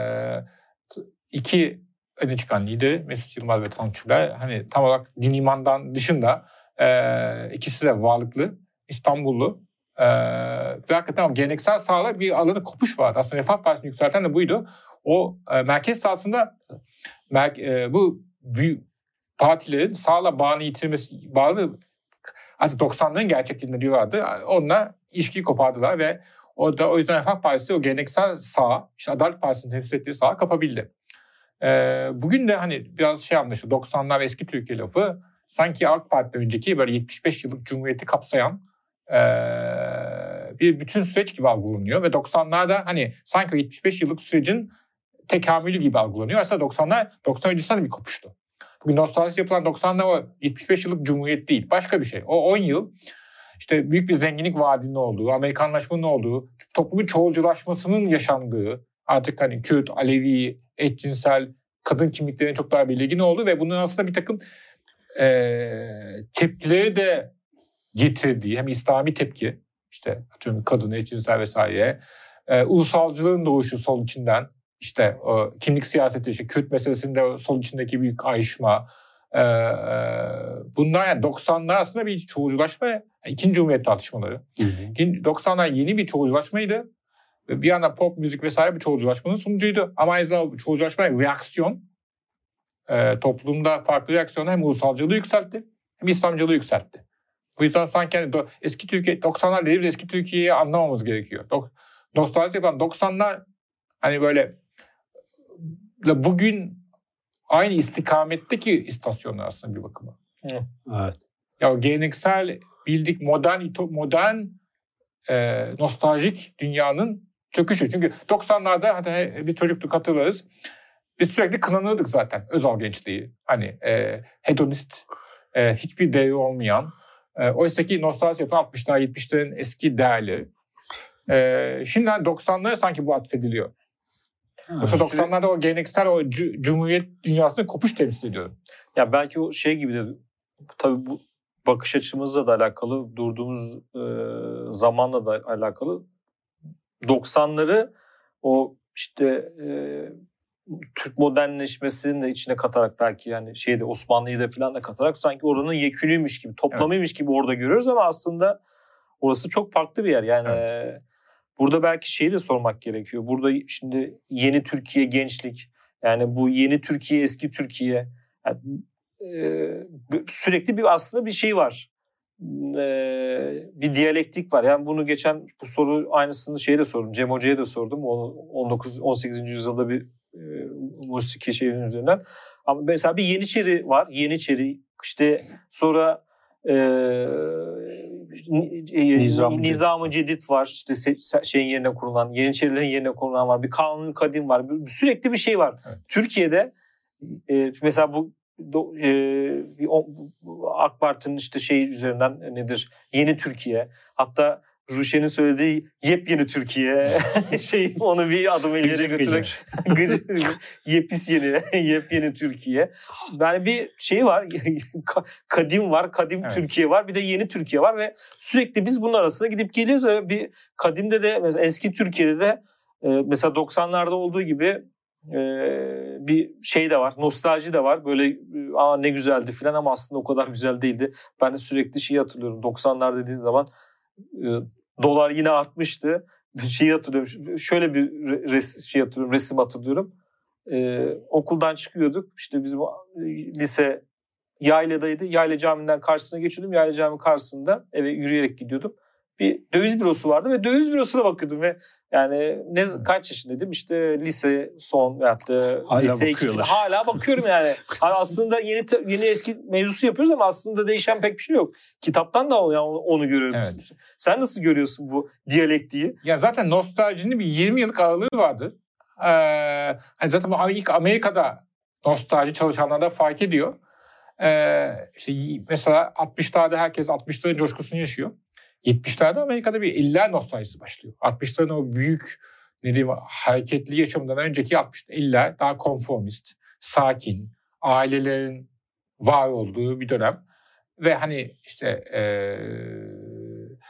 iki öne çıkan lider Mesut Yılmaz ve Tansu Çiller, hani tam olarak din imandan dışında ikisi de varlıklı, İstanbullu ve hakikaten o geleneksel sağla bir alanı kopuş vardı. Aslında Refah Partisi'ni yükselten de buydu. O merkez sahasında bu partilerin sağla bağını yitirmesi, bağlı artık 90'ların gerçekliğinde diyorlardı. Onunla ilişkiyi kopardılar ve o yüzden Refah Partisi o geleneksel sağ, işte Adalet Partisi'nin temsil ettiği sağı kapabildi. Bugün de hani biraz anlaşılıyor. 90'lar eski Türkiye lafı sanki AK Parti'den önceki böyle 75 yıllık Cumhuriyeti kapsayan bir bütün süreç gibi algılanıyor. Ve 90'larda hani sanki o 75 yıllık sürecin tekamülü gibi algılanıyor. Aslında 90 öncesinden de bir kopuştu. Bugün nostalji yapılan 90'lar o 75 yıllık Cumhuriyet değil. Başka bir şey. O 10 yıl işte büyük bir zenginlik vaadinin olduğu, Amerikanlaşmanın olduğu, toplumun çoğulculaşmasının yaşandığı, artık hani Kürt, Alevi, eşcinsel, kadın kimliklerinin çok daha belirgin olduğu ve bunun aslında bir takım tepkileri de getirdiği, hem İslami tepki, işte atıyorum kadın, eşcinsel vesaire, ulusalcılığın doğuşu sol içinden, işte o kimlik siyaseti, işte Kürt meselesinde sol içindeki büyük ayrışma, bunlar yani 90'lar aslında bir çoğulculaşma, yani ikinci Cumhuriyet tartışmaları. 90'lar yeni bir çoğulculaşmaydı. Bir yandan pop müzik vesaire bir çoğulculaşmanın sonucuydu. Ama aynı zamanda çoğulculaşma reaksiyon, toplumda farklı reaksiyonlar hem ulusalcılığı yükseltti hem İslamcılığı yükseltti. Bu yüzden sanki hani eski Türkiye, 90'lar dediğimiz eski Türkiye'yi anlamamız gerekiyor. Nostalji yapan 90'lar hani böyle bugün aynı istikametteki istasyonlar aslında bir bakıma. Evet. Ya o geleneksel bildik modern nostaljik dünyanın çöküşü. Çünkü 90'larda hani biz çocuktuk, hatırlarız. Biz sürekli kınanırdık zaten Özal gençliği. Hani hedonist, hiçbir değeri olmayan. Oysa ki nostalji yapılan 60'lar 70'lerin eski değerleri. Şimdi hani 90'lara sanki bu atfediliyor. Yoksa 90'larda o geleneksel o Cumhuriyet dünyasında kopuş temsil ediyor. Ya belki o şey gibi de tabii bu bakış açımızla da alakalı, durduğumuz zamanla da alakalı. 90'ları o işte Türk modernleşmesinin de içine katarak, belki yani Osmanlı'yı da falan da katarak sanki oranın yekünüymüş gibi, toplamıymış gibi orada görüyoruz ama aslında orası çok farklı bir yer. Yani burada belki şeyi de sormak gerekiyor. Burada şimdi yeni Türkiye, gençlik, yani bu yeni Türkiye, eski Türkiye, yani, sürekli bir aslında bir şey var. Bir diyalektik var. Yani bunu geçen bu soru aynısını de sordum. Cem Hoca'ya da sordum. 18. yüzyılda bir musiki şeyinin üzerinden. Ama mesela bir Yeniçeri var. Yeniçeri işte sonra Nizam-ı Cedid var. İşte şeyin yerine kurulan, Yeniçerilerin yerine kurulan var. Bir Kanun-u Kadim var. Sürekli bir şey var. Evet. Türkiye'de mesela bu AK Parti'nin işte üzerinden nedir? Yeni Türkiye. Hatta Ruşen'in söylediği yepyeni Türkiye onu bir adım ileri götürerek yepis yepyeni Türkiye. Yani bir şey var, kadim var, kadim evet. Türkiye var, bir de yeni Türkiye var ve sürekli biz bunun arasında gidip geliyoruz. Bir kadimde de mesela eski Türkiye'de de mesela 90'larda olduğu gibi bir şey de var, nostalji de var. Böyle ne güzeldi falan ama aslında o kadar güzel değildi. Ben de sürekli hatırlıyorum. 90'lar dediğin zaman dolar yine artmıştı. Hatırlıyorum. Şöyle bir resim hatırlıyorum. Okuldan çıkıyorduk. İşte bizim lise Yayla'daydı. Yayla Camii'nden karşısına geçiyordum. Yayla Camii karşısında eve yürüyerek gidiyordum. Bir döviz bürosu vardı ve döviz bürosuna bakıyordum ve yani kaç yaşındaydım? İşte lise son veyahut da lise 2 hala bakıyorum yani. Aslında yeni eski mevzusu yapıyoruz ama aslında değişen pek bir şey yok. Kitaptan da onu görüyorum. Evet. Sen nasıl görüyorsun bu diyalektiği? Ya zaten nostaljinin bir 20 yıllık aralığı vardı. Hani zaten ilk Amerika'da nostalji çalışanlarda fark ediyor. İşte mesela 60'larda herkes 60'ların coşkusunu yaşıyor. 70'lerde Amerika'da bir 50'ler nostaljisi başlıyor. 60'ların o büyük hareketli yaşamından önceki 50'ler daha konformist, sakin, ailelerin var olduğu bir dönem. Ve hani işte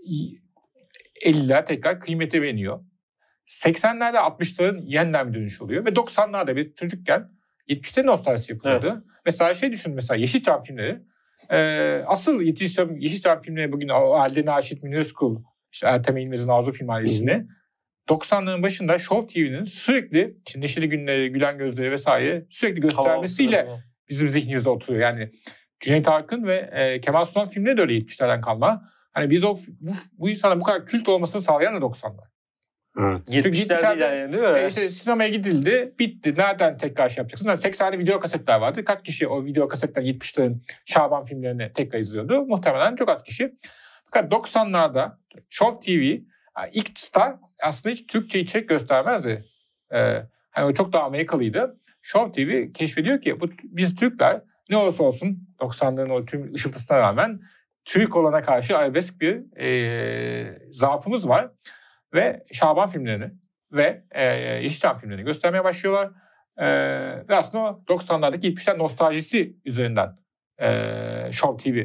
50'ler tekrar kıymete biniyor. 80'lerde 60'ların yeniden bir dönüş oluyor. Ve 90'larda bir çocukken 70'lerin nostaljisi yapılıyordu. Evet. Mesela düşün, mesela Yeşilçam filmleri. Asıl Yeşilçam filmleri bugün Halide Naşit, Münir Özkul, işte Ertem İlmez'in Arzu film ailesini 90'ların başında Show TV'nin sürekli Neşeli Günleri, Gülen Gözleri vesaire sürekli göstermesiyle bizim zihnimizde oturuyor. Yani Cüneyt Arkın ve Kemal Sunal filmleri de öyle 70'lerden kalma. Hani biz bu insana bu kadar kült olmasını sağlayan da 90'lar. Evet. 70'lerde değil mi? İşte sinemaya gidildi, bitti. Nereden tekrar şey yapacaksın? 80'de video kasetler vardı. Kaç kişi o video kasetler 70'lerin Şaban filmlerini tekrar izliyordu? Muhtemelen çok az kişi. Fakat 90'larda Show TV ilk star aslında hiç Türkçe içerik göstermezdi. Hani o çok daha Amerikalıydı. Show TV keşfediyor ki biz Türkler ne olursa olsun 90'ların o tüm ışıltısına rağmen Türk olana karşı arabesk bir zaafımız var. Ve Şaban filmlerini ve Yeşilçam filmlerini göstermeye başlıyorlar. Ve aslında o 90'lardaki 70'ler nostaljisi üzerinden Show TV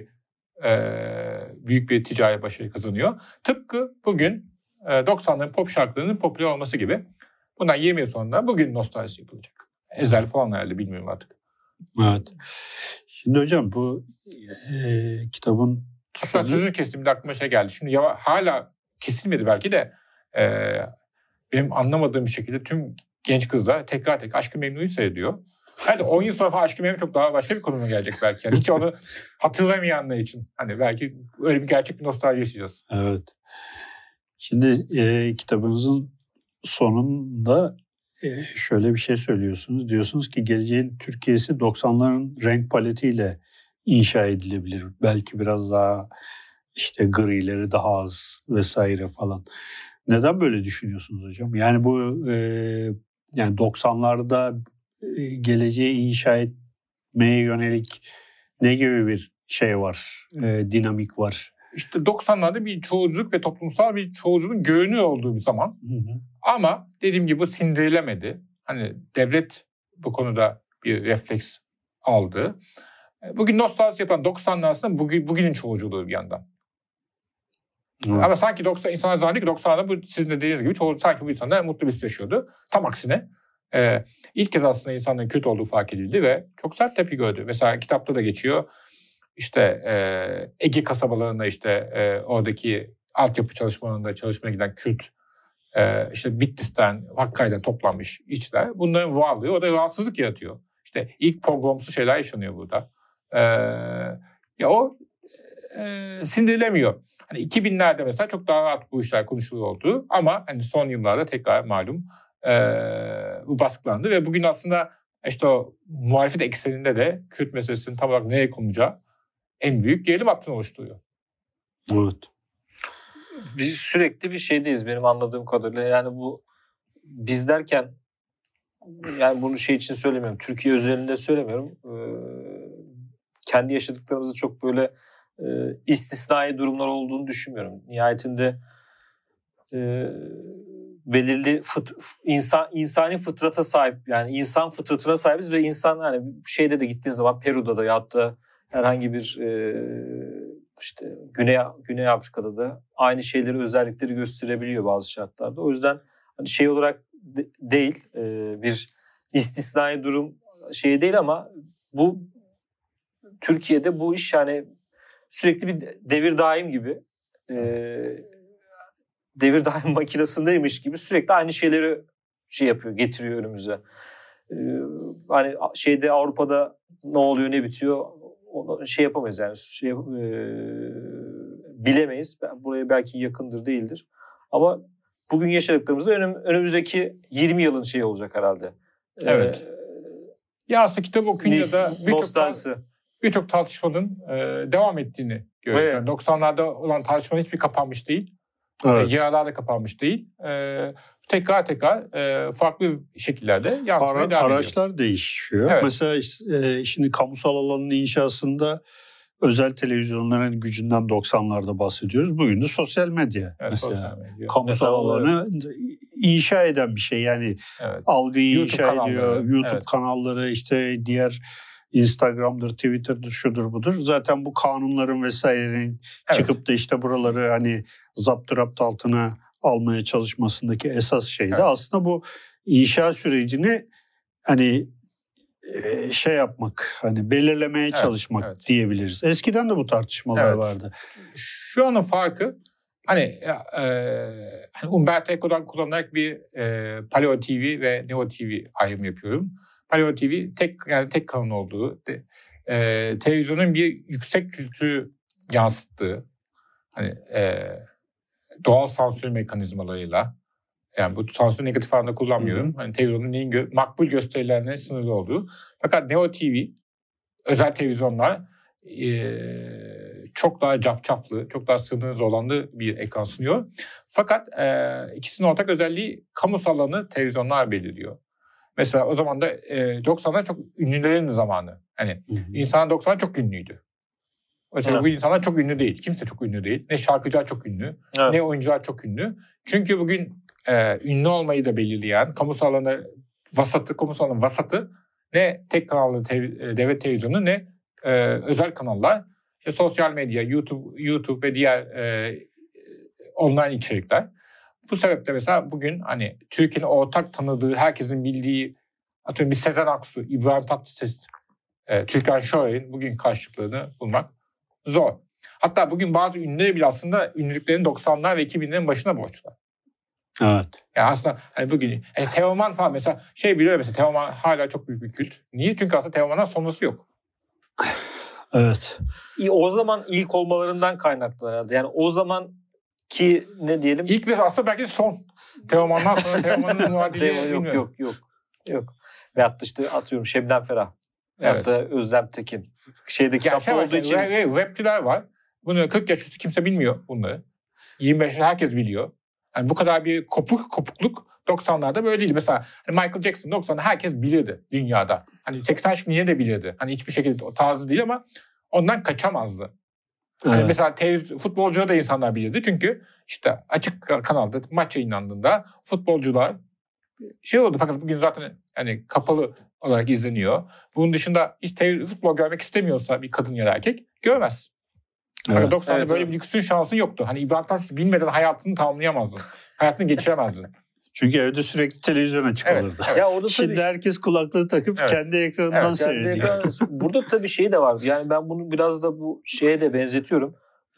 büyük bir ticari başarı kazanıyor. Tıpkı bugün 90'ların pop şarkılarının popüler olması gibi. Bundan 20 yıl sonra bugün nostaljisi yapılacak. Ezel falan herhalde, bilmiyorum artık. Evet. Şimdi hocam bu kitabın hatta sözünü kestim, bir aklıma şey geldi. Şimdi hala kesilmedi belki de benim anlamadığım bir şekilde tüm genç kızlar tekrar Aşk-ı Memnu'yu seyrediyor. Yani 10 yıl sonra falan Aşk-ı Memnu çok daha başka bir konuma gelecek belki. Yani hiç onu hatırlamayanlar için. Hani belki öyle bir gerçek bir nostalji yaşayacağız. Evet. Şimdi kitabınızın sonunda şöyle bir şey söylüyorsunuz. Diyorsunuz ki geleceğin Türkiye'si 90'ların renk paletiyle inşa edilebilir. Belki biraz daha işte grileri daha az vesaire falan. Neden böyle düşünüyorsunuz hocam? Yani bu yani 90'larda geleceği inşa etmeye yönelik ne gibi bir şey var, dinamik var? İşte 90'larda bir çoğulculuk ve toplumsal bir çoğulculuğun görünüyor olduğu bir zaman. Hı. Ama dediğim gibi bu sindirilemedi. Hani devlet bu konuda bir refleks aldı. Bugün nostalji yapan 90'lar aslında bugünün çoğulculuğu bir yandan. Evet. Ama sanki insanlar zannediyor ki 90'larda bu sizin de dediğiniz gibi sanki bu insanlar mutlu bir süreç yaşıyordu. Tam aksine ilk kez aslında insanların kötü olduğu fark edildi ve çok sert tepki gördü. Mesela kitapta da geçiyor. İşte Ege kasabalarında işte oradaki altyapı çalışmalarında çalışmaya giden Kürt işte Bitlis'ten, Hakkari'den toplanmış işçiler. Bunların varlığı orada rahatsızlık yaratıyor. İşte ilk pogromsu şeyler yaşanıyor burada. Ya o sindirilemiyor. Hani 2000'lerde mesela çok daha rahat bu işler konuşuluyor oldu. Ama hani son yıllarda tekrar malum bu baskılandı. Ve bugün aslında işte o muhalefet ekseninde de Kürt meselesinin tam olarak nereye konulacağı en büyük gerilim hattını oluşturuyor. Evet. Biz sürekli bir şeydeyiz benim anladığım kadarıyla. Yani bu biz derken yani bunu şey için söylemiyorum. Türkiye özelinde söylemiyorum. Kendi yaşadıklarımızı çok böyle istisnai durumlar olduğunu düşünmüyorum. Nihayetinde belirli insani fıtrata sahip, yani insan fıtratına sahibiz ve insan hani şeyde de gittiğin zaman Peru'da da ya da herhangi bir işte Güney Afrika'da da aynı şeyleri, özellikleri gösterebiliyor bazı şartlarda. O yüzden hani şey olarak değil, bir istisnai durum şey değil ama bu Türkiye'de bu iş yani sürekli bir devir daim gibi, devir daim makinesindeymiş gibi sürekli aynı şeyleri şey yapıyor, getiriyor önümüze. Hani şeyde Avrupa'da ne oluyor, ne bitiyor onu şey yapamayız yani bilemeyiz. Buraya belki yakındır, değildir. Ama bugün yaşadıklarımızda önümüzdeki 20 yılın şeyi olacak herhalde. Evet. Ya aslında kitabı okuyunca da birçok tartışmanın devam ettiğini görüyoruz. Evet. Yani 90'larda olan tartışmanın hiçbir kapanmış değil. Evet. Yaralar da kapanmış değil. Tekrar farklı şekillerde yansımaya devam ediyor. Araçlar değişiyor. Evet. Mesela şimdi kamusal alanın inşasında özel televizyonların gücünden 90'larda bahsediyoruz. Bugün de sosyal medya. Evet, mesela sosyal medya. Kamusal alanı inşa eden bir şey. Yani algıyı YouTube inşa ediyor. YouTube kanalları, işte diğer Instagram'dır, Twitter'dır, şudur budur. Zaten bu kanunların vesairenin çıkıp da işte buraları hani zapturapt altına almaya çalışmasındaki esas şey de aslında bu inşa sürecini hani şey yapmak, hani belirlemeye çalışmak diyebiliriz. Eskiden de bu tartışmalar vardı. Şu anın farkı hani Umberto Eco'dan kullanarak bir Paleo TV ve Neo TV ayrımı yapıyorum. Paleo TV tek kanal olduğu, televizyonun bir yüksek kültürü yansıttığı, hani doğal sansür mekanizmalarıyla, yani bu sansür negatif anlamda kullanmıyorum. Hani televizyonun neyin makbul gösterilerine sınırlı olduğu. Fakat Neo TV, özel televizyonlar çok daha cafcaflı, çok daha sınırlı zorlandığı bir ekran sunuyor. Fakat ikisinin ortak özelliği kamusal alanı televizyonlar belirliyor. Mesela o zaman da 90'lar çok ünlülerin zamanı. Hani insanlar 90'lar çok ünlüydü. Mesela bu insanlar çok ünlü değil. Kimse çok ünlü değil. Ne şarkıcılar çok ünlü, ne oyuncular çok ünlü. Çünkü bugün ünlü olmayı da belirleyen kamusal alanı vasatı ne tek kanallı devlet televizyonu ne özel kanallar. İşte sosyal medya, YouTube ve diğer online içerikler. Bu sebeple mesela bugün hani Türkiye'nin ortak tanıdığı, herkesin bildiği, atıyorum bir Sezen Aksu, İbrahim Tatlıses, Türkan Şoray'ın bugün karşılıklarını bulmak zor. Hatta bugün bazı ünlüleri bile aslında ünlülüklerin 90'lar ve 2000'lerin başına borçlar. Evet. Yani aslında hani bugün Teoman falan mesela biliyor mesela Teoman hala çok büyük bir kült. Niye? Çünkü aslında Teoman'ın sonrası yok. Evet. O zaman ilk olmalarından kaynaklı herhalde. Yani o zaman ki ne diyelim? İlk ve aslında belki son. Teoman'dan sonra Teoman'ın muadili yok. Veyahut da işte atıyorum Şebnem Ferah. Veyahut da Özlem Tekin. Kitapta olduğu için. Rapçiler var. Bunu 40 yaş üstü kimse bilmiyor bunları. 25 yaş herkes biliyor. Yani bu kadar bir kopukluk 90'larda böyle değil. Mesela Michael Jackson 90'da herkes bilirdi dünyada. Hani 80 yaş niye de bilirdi. Hani hiçbir şekilde o tarzı değil ama ondan kaçamazdı. Hani mesela futbolcuları da insanlar bilirdi. Çünkü işte açık kanalda maç yayınlandığında futbolcular oldu. Fakat bugün zaten hani kapalı olarak izleniyor. Bunun dışında hiç futbol görmek istemiyorsa bir kadın ya da erkek görmez. Fakat 90'da böyle bir lüksün şansın yoktu. Hani İbrahim Tatlıses bilmeden hayatını tamamlayamazdın. Hayatını geçiremezdin. Çünkü evde sürekli televizyona çıkılırdı. Evet. Ya orada şimdi herkes kulaklığı takıp kendi ekranından seyrediyor. Burada tabii şey de var. Yani ben bunu biraz da bu şeye de benzetiyorum.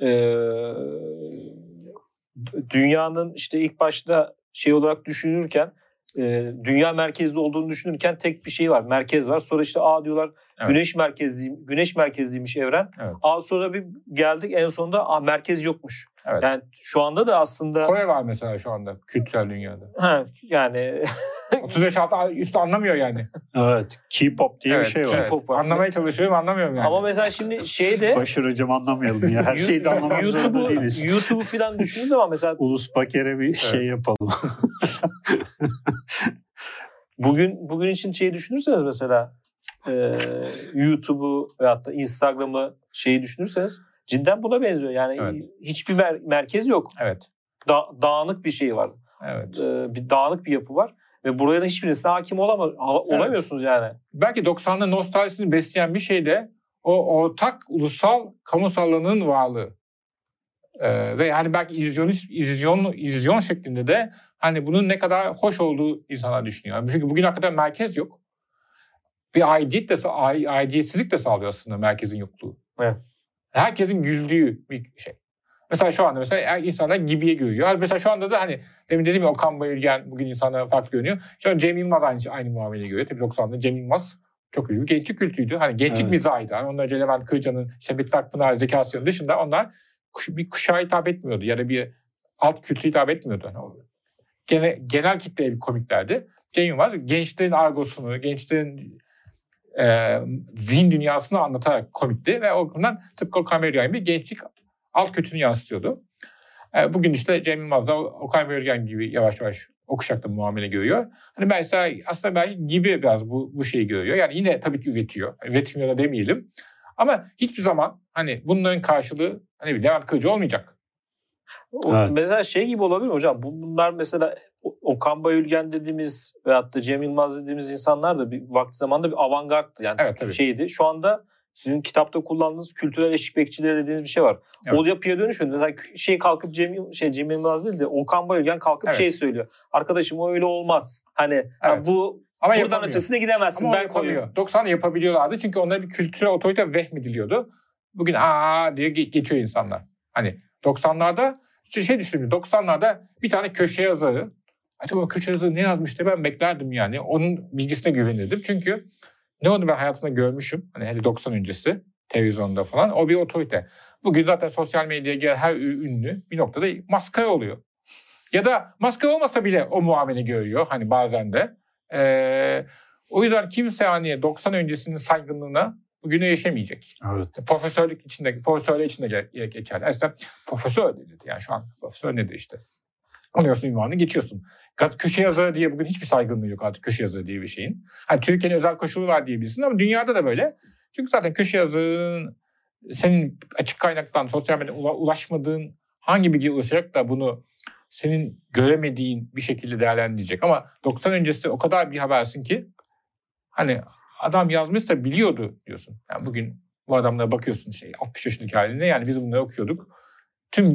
Dünyanın işte ilk başta olarak düşünürken dünya merkezli olduğunu düşünürken tek bir şey var. Merkez var. Sonra işte diyorlar güneş merkezliymiş evren. Evet. Sonra bir geldik en sonunda merkez yokmuş. Evet. Yani şu anda da aslında Kore var mesela şu anda kültürel dünyada. Yani 30 yaş altı üstü anlamıyor yani. Evet. K-pop diye bir şey var. K-pop var. Anlamaya çalışıyorum, anlamıyorum yani. Ama mesela şimdi Başar hocam anlamayalım ya. Her şeyi de anlamak zorunda değiliz. YouTube'u falan düşündüğünüz zaman mesela Ulus Baker'e bir şey yapalım. Bugün için düşünürseniz mesela YouTube'u veyahut da Instagram'ı düşünürseniz cidden buna benziyor. Yani hiçbir merkez yok. Evet. Dağınık bir şey var. Evet. Bir dağınık bir yapı var. Ve buraya da hiçbirisine hakim olamıyorsunuz yani. Belki 90'ların nostaljisini besleyen bir şey de o ortak ulusal kamusalının varlığı. Ve hani belki illüzyon şeklinde de hani bunun ne kadar hoş olduğu insanlar düşünüyor. Çünkü bugün hakikaten merkez yok. Bir aidiyetsizlik de sağlıyor aslında merkezin yokluğu. Evet. Herkesin güldüğü bir şey. Mesela şu anda insanlar Gibi'ye görüyor. Mesela şu anda da hani demin dedim ya Okan Bayülgen bugün insanlara farklı görünüyor. Şu an Cem Yılmaz aynı muamele görüyor. Tabii 90'da Cem Yılmaz çok büyük bir gençlik kültüydü. Hani gençlik mizahıydı. Hani ondan önce Levent Kırca'nın, Metin Akpınar, Zeki Asya'nın dışında onlar bir kuşağa hitap etmiyordu. Ya da bir alt kültüre hitap etmiyordu. Genel kitleye bir komiklerdi. Cem Yılmaz gençlerin argosunu, gençlerin zihin dünyasını anlatarak komikti ve o konudan tıpkı Okan Bayülgen gibi gençlik alt kötünü yansıtıyordu. Bugün işte Cem Yılmaz da Okan Bayülgen gibi yavaş yavaş o kuşakta muamele görüyor. Hani mesela aslında belki Gibi biraz bu şeyi görüyor. Yani yine tabii ki üretiyor. Üretmiyor da demeyelim. Ama hiçbir zaman hani bunların karşılığı hani bir Levent Kırcı olmayacak. Mesela gibi olabilir mi hocam? Bunlar mesela Okan Bayülgen dediğimiz veyahut da Cem Yılmaz dediğimiz insanlar da bir vakti zamanda bir avantgardtı. Yani evet, şeydi. Şu anda sizin kitapta kullandığınız kültürel eşik bekçileri dediğiniz bir şey var. Evet. O yapıya dönüşmedi. Mesela kalkıp Cem Yılmaz değil de Okan Bayülgen kalkıp söylüyor. Arkadaşım o öyle olmaz. Hani bu ama buradan yapamıyor. Ötesine gidemezsin. Ama ben koyuyorum. 90'da yapabiliyorlardı çünkü onlara bir kültürel otorite vehmediliyordu. Bugün diye geçiyor insanlar. Hani 90'larda düşünün. 90'larda bir tane köşe yazarı. Acaba köşe yazarı ne yazmış diye ben beklerdim yani. Onun bilgisine güvenirdim. Çünkü ne onu ben hayatımda görmüşüm. Hani hele 90 öncesi televizyonda falan. O bir otorite. Bugün zaten sosyal medyaya gelen her ünlü bir noktada maskara oluyor. Ya da maskara olmasa bile o muamele görüyor. Hani bazen de. O yüzden kimse hani 90 öncesinin saygınlığına bugün yaşamayacak. Evet. Profesörler içinde geçerli. Aslında profesör dedi. Yani şu an profesör nedir işte. Alıyorsun ünvanını geçiyorsun. Köşe yazarı diye bugün hiçbir saygınlığı yok artık köşe yazarı diye bir şeyin. Hani Türkiye'nin özel koşulu var diyebilirsin ama dünyada da böyle. Çünkü zaten köşe yazarının senin açık kaynaktan sosyal medyada ulaşmadığın hangi bilgiye ulaşacak da bunu senin göremediğin bir şekilde değerlendirecek. Ama 90 öncesi o kadar bir habersin ki hani adam yazmışsa biliyordu diyorsun. Yani bugün bu adamlara bakıyorsun 60 yaşındaki haline yani biz bunları okuyorduk. Tüm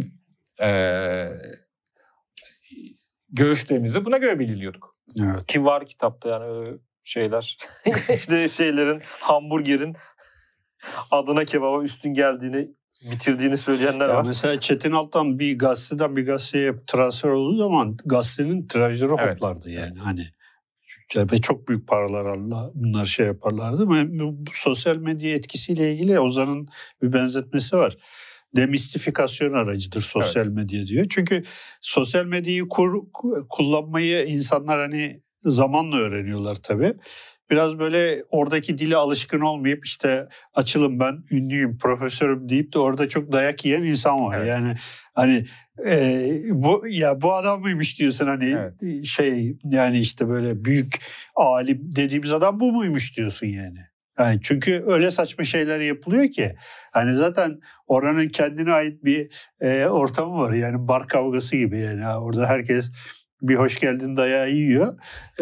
görüşlerimizi buna göre belirliyorduk. Evet. Ki var kitapta yani öyle şeyler. İşte şeylerin hamburgerin adına kebaba üstün geldiğini bitirdiğini söyleyenler var. Mesela Çetin Altan bir gazeteye transfer olduğu zaman gazetenin tirajları hoplardı yani hani. Ve çok büyük paralarla bunlar yaparlardı. Bu sosyal medya etkisiyle ilgili Ozan'ın bir benzetmesi var. Demistifikasyon aracıdır sosyal medya diyor. Çünkü sosyal medyayı kullanmayı insanlar hani zamanla öğreniyorlar tabii. Biraz böyle oradaki dile alışkın olmayıp işte açılım ben ünlüyüm, profesörüm deyip de orada çok dayak yiyen insan var. Evet. Yani hani bu adam mıymış diyorsun hani yani işte böyle büyük alim dediğimiz adam bu muymuş diyorsun yani. Yani çünkü öyle saçma şeyler yapılıyor ki hani zaten oranın kendine ait bir ortamı var yani bar kavgası gibi yani orada herkes bir hoş geldin dayağı yiyor.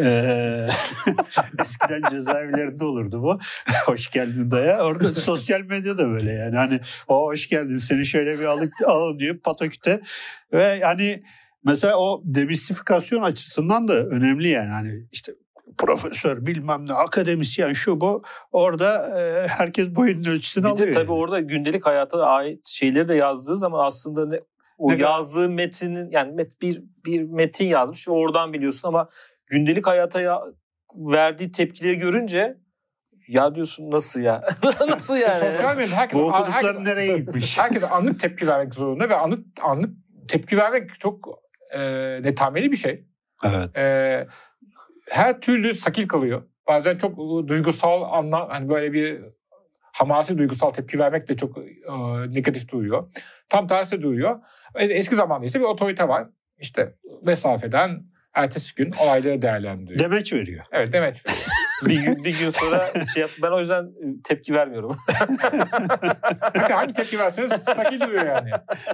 Eskiden cezaevlerinde olurdu bu. Hoş geldin dayağı. Orada sosyal medya da böyle yani hani o hoş geldin seni şöyle bir alın diyor pataküte ve yani mesela o demistifikasyon açısından da önemli yani hani işte profesör bilmem ne akademisyen şu bu orada herkes boyunun ölçüsünü alıyor. Bir de tabii orada gündelik hayata ait şeyleri de yazdığı zaman aslında yazdığı metinin yani bir metin yazmış ve oradan biliyorsun ama gündelik hayata verdiği tepkileri görünce ya diyorsun nasıl ya? Nasıl yani? Sosyal medyada herkes nereye gitmiş? Herkes anlık tepki vermek zorunda ve anlık tepki vermek çok netameli bir şey. Evet. Her türlü sakil kalıyor. Bazen çok duygusal hani böyle bir hamasi duygusal tepki vermek de çok negatif duruyor. Tam tersi duruyor. Eski zamanda ise bir otorite var. İşte mesafeden ertesi gün olayları değerlendiriyor. Demeç veriyor. Evet demeç veriyor. bir gün sonra ben o yüzden tepki vermiyorum. Hangi tepki verseniz sakil duruyor yani.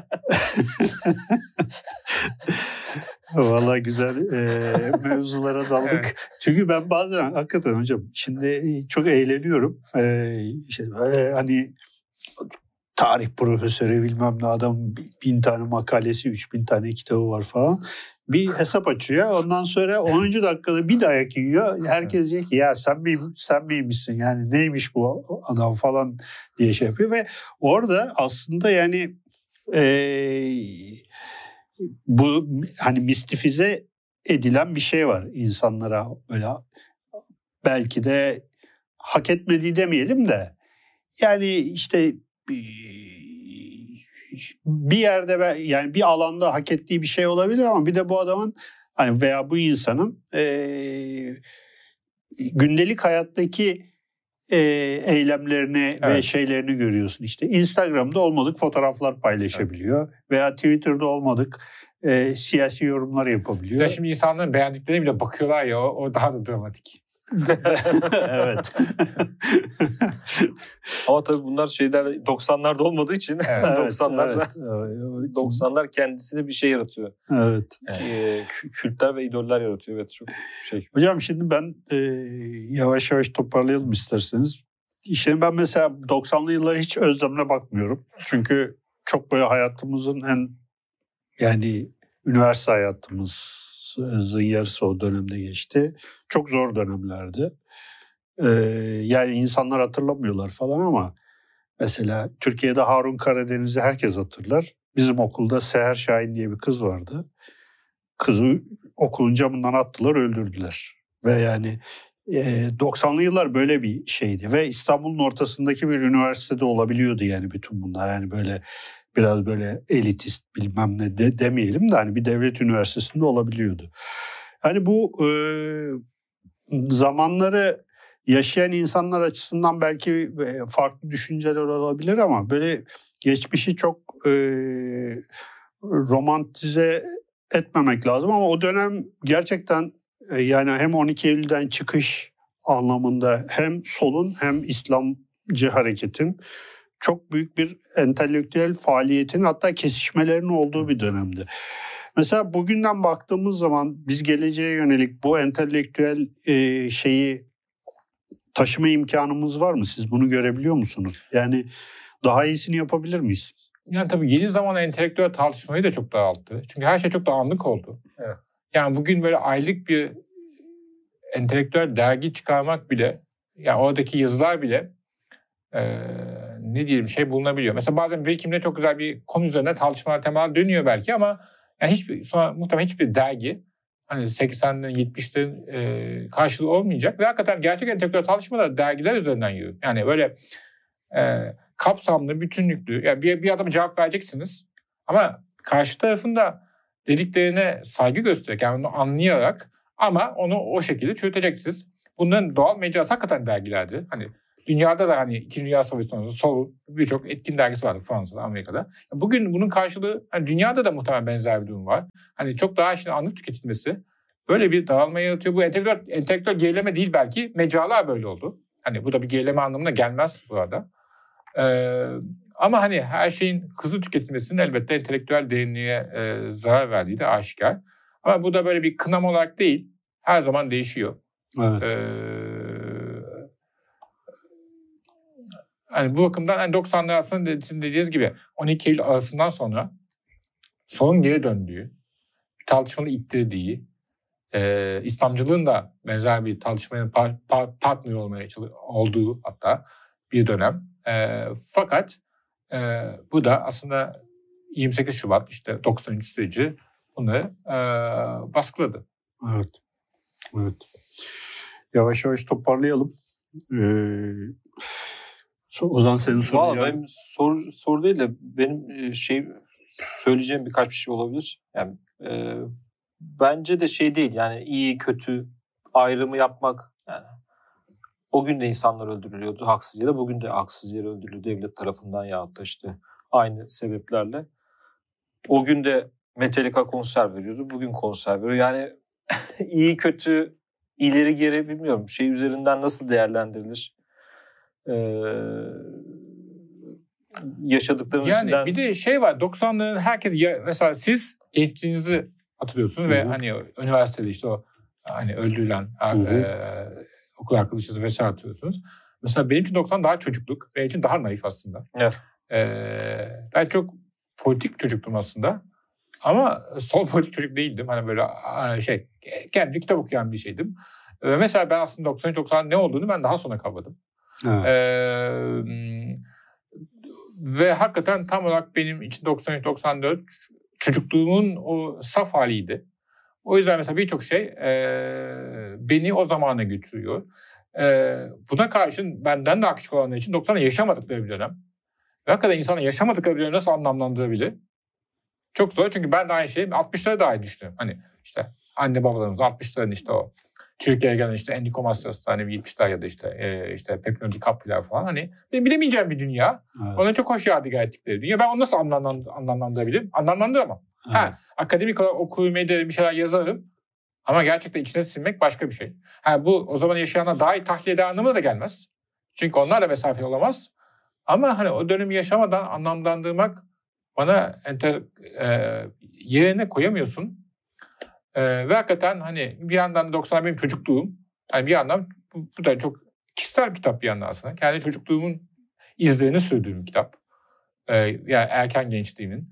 Vallahi güzel mevzulara daldık. Evet. Çünkü ben bazen hakikaten hocam şimdi çok eğleniyorum. Hani tarih profesörü bilmem ne adam 1000 tane makalesi 3000 tane kitabı var falan. Bir hesap açıyor. Ondan sonra 10. dakikada bir dayak yiyor. Herkes diyor ki ya sen miymişsin yani neymiş bu adam falan diye şey yapıyor. Ve orada aslında yani bu hani mistifize edilen bir şey var insanlara böyle belki de hak etmediği demeyelim de yani işte bir yerde yani bir alanda hak ettiği bir şey olabilir ama bir de bu adamın hani veya bu insanın gündelik hayattaki eylemlerini ve şeylerini görüyorsun. İşte Instagram'da olmadık fotoğraflar paylaşabiliyor veya Twitter'da olmadık siyasi yorumlar yapabiliyor. Şimdi insanların beğendiklerine bile bakıyorlar ya o daha da dramatik. Evet. Ama tabii bunlar 90'larda olmadığı için Evet, 90'lar evet. 90'lar kendisine bir şey yaratıyor. Evet. Kültler ve idoller yaratıyor. Evet, çok şey. Hocam şimdi ben yavaş yavaş toparlayalım isterseniz. Şimdi ben mesela 90'lı yıllara hiç özlemle bakmıyorum. Çünkü çok böyle hayatımızın yani üniversite hayatımızın yarısı o dönemde geçti. Çok zor dönemlerdi. Yani insanlar hatırlamıyorlar falan ama mesela Türkiye'de Harun Karadeniz'i herkes hatırlar. Bizim okulda Seher Şahin diye bir kız vardı. Kızı okulun camından attılar, öldürdüler. Ve yani 90'lı yıllar böyle bir şeydi. Ve İstanbul'un ortasındaki bir üniversitede olabiliyordu yani bütün bunlar. Yani böyle biraz böyle elitist bilmem ne demeyelim de hani bir devlet üniversitesinde olabiliyordu. Hani bu zamanları yaşayan insanlar açısından belki farklı düşünceler olabilir ama böyle geçmişi çok romantize etmemek lazım ama o dönem gerçekten yani hem 12 Eylül'den çıkış anlamında hem solun hem İslamcı hareketin çok büyük bir entelektüel faaliyetin hatta kesişmelerin olduğu bir dönemdi. Mesela bugünden baktığımız zaman biz geleceğe yönelik bu entelektüel şeyi taşıma imkanımız var mı? Siz bunu görebiliyor musunuz? Yani daha iyisini yapabilir miyiz? Yani tabii yeni zaman entelektüel tartışmayı da çok daralttı. Çünkü her şey çok daha anlık oldu. Evet. Yani bugün böyle aylık bir entelektüel dergi çıkarmak bile, yani oradaki yazılar bile ne diyelim şey bulunabiliyor. Mesela bazen birikimde çok güzel bir konu üzerine tartışmalar, temalar dönüyor belki ama yani muhtemelen hiçbir dergi hani 80'lerin 70'lerin karşılığı olmayacak ve hakikaten gerçek entelektüel tartışmalar dergiler üzerinden yürüyor. Yani böyle kapsamlı, bütünlüklü. Yani bir adama cevap vereceksiniz ama karşı tarafında dediklerine saygı göstererek, yani onu anlayarak ama onu o şekilde çürüteceksiniz. Bunların doğal mecrası hakikaten dergilerdi. Hani dünyada da hani 2. Dünya Savaşı sonrası sol birçok etkin dergisi vardı Fransa'da, Amerika'da. Bugün bunun karşılığı hani dünyada da muhtemelen benzer bir durum var. Hani çok daha şimdi anlık tüketilmesi böyle bir dağılma yaratıyor. Bu entelektüel gerileme değil belki. Mecralar böyle oldu. Hani bu da bir gerileme anlamına gelmez bu arada. Ama hani her şeyin hızlı tüketilmesinin elbette entelektüel derinliğe zarar verdiği de aşikar. Ama bu da böyle bir kınam olarak değil, her zaman değişiyor. Evet. Yani bu bakımdan yani 90'lar aslında dediğiniz gibi 12 Eylül arasından sonra solun geri döndüğü, tartışmanın ittirdiği, İslamcılığın da benzer bir tartışmanın partner olduğu hatta bir dönem. Fakat bu da aslında 28 Şubat işte 93 süreci bunları baskıladı. Evet. Evet. Yavaş yavaş toparlayalım. Ozan senin sorun. Valla benim soru değil de benim söyleyeceğim birkaç bir şey olabilir. Yani bence de şey değil yani iyi kötü ayrımı yapmak yani o gün de insanlar öldürülüyordu haksız yere, bugün de haksız yere öldürülüyor devlet tarafından yahut da işte aynı sebeplerle. O gün de Metallica konser veriyordu, bugün konser veriyor. Yani iyi kötü ileri geri bilmiyorum şey üzerinden nasıl değerlendirilir? Yaşadıklarınız yani üzerinden... bir de şey var 90'ların herkes mesela siz gençliğinizi hatırlıyorsunuz ve hani üniversitede işte o hani öldürülen okul arkadaşınızı vesaire hatırlıyorsunuz. Mesela benim için 90 daha çocukluk. Benim için daha naif aslında. Evet. Ben çok politik çocuktum aslında. Ama sol politik çocuk değildim. Hani böyle kendi kitap okuyan bir şeydim. Mesela ben aslında 93-90 ne olduğunu ben daha sonra kavradım. Ve hakikaten tam olarak benim için 93-94 çocukluğumun o saf haliydi. O yüzden mesela birçok şey beni o zamana götürüyor. Buna karşın benden daha küçük olanlar için 90'ı yaşamadıkları bir dönem. Ve hakikaten insanın yaşamadıkları bir dönem nasıl anlamlandırabilir? Çok zor çünkü ben de aynı şeyi 60'lara dair düşünüyorum. Hani işte anne babalarımız 60'ların işte o Türkiye'ye gelen işte Enrico Macias'ta hani 70'ler ya da işte Peppino Di Caprio falan hani benim bilemeyeceğim bir dünya. Evet. Ona çok hoş yadigar ettikleri dünya. Ben onu nasıl anlamlandırabilirim? Anlamlandıramam. Evet. Akademik olarak okumayı da bir şeyler yazarım. Ama gerçekten içine sinmek başka bir şey. Bu o zaman yaşayanlar daha iyi tahlil eder anlamına da gelmez. Çünkü onlar da mesafeli olamaz. Ama hani o dönemi yaşamadan anlamlandırmak bana yerine koyamıyorsun. Ve hakikaten hani bir yandan 90 benim çocukluğum. Yani bir yandan bu da çok kişisel bir kitap bir yandan aslında. Kendi çocukluğumun izlerini sürdüğüm kitap. Yani erken gençliğimin.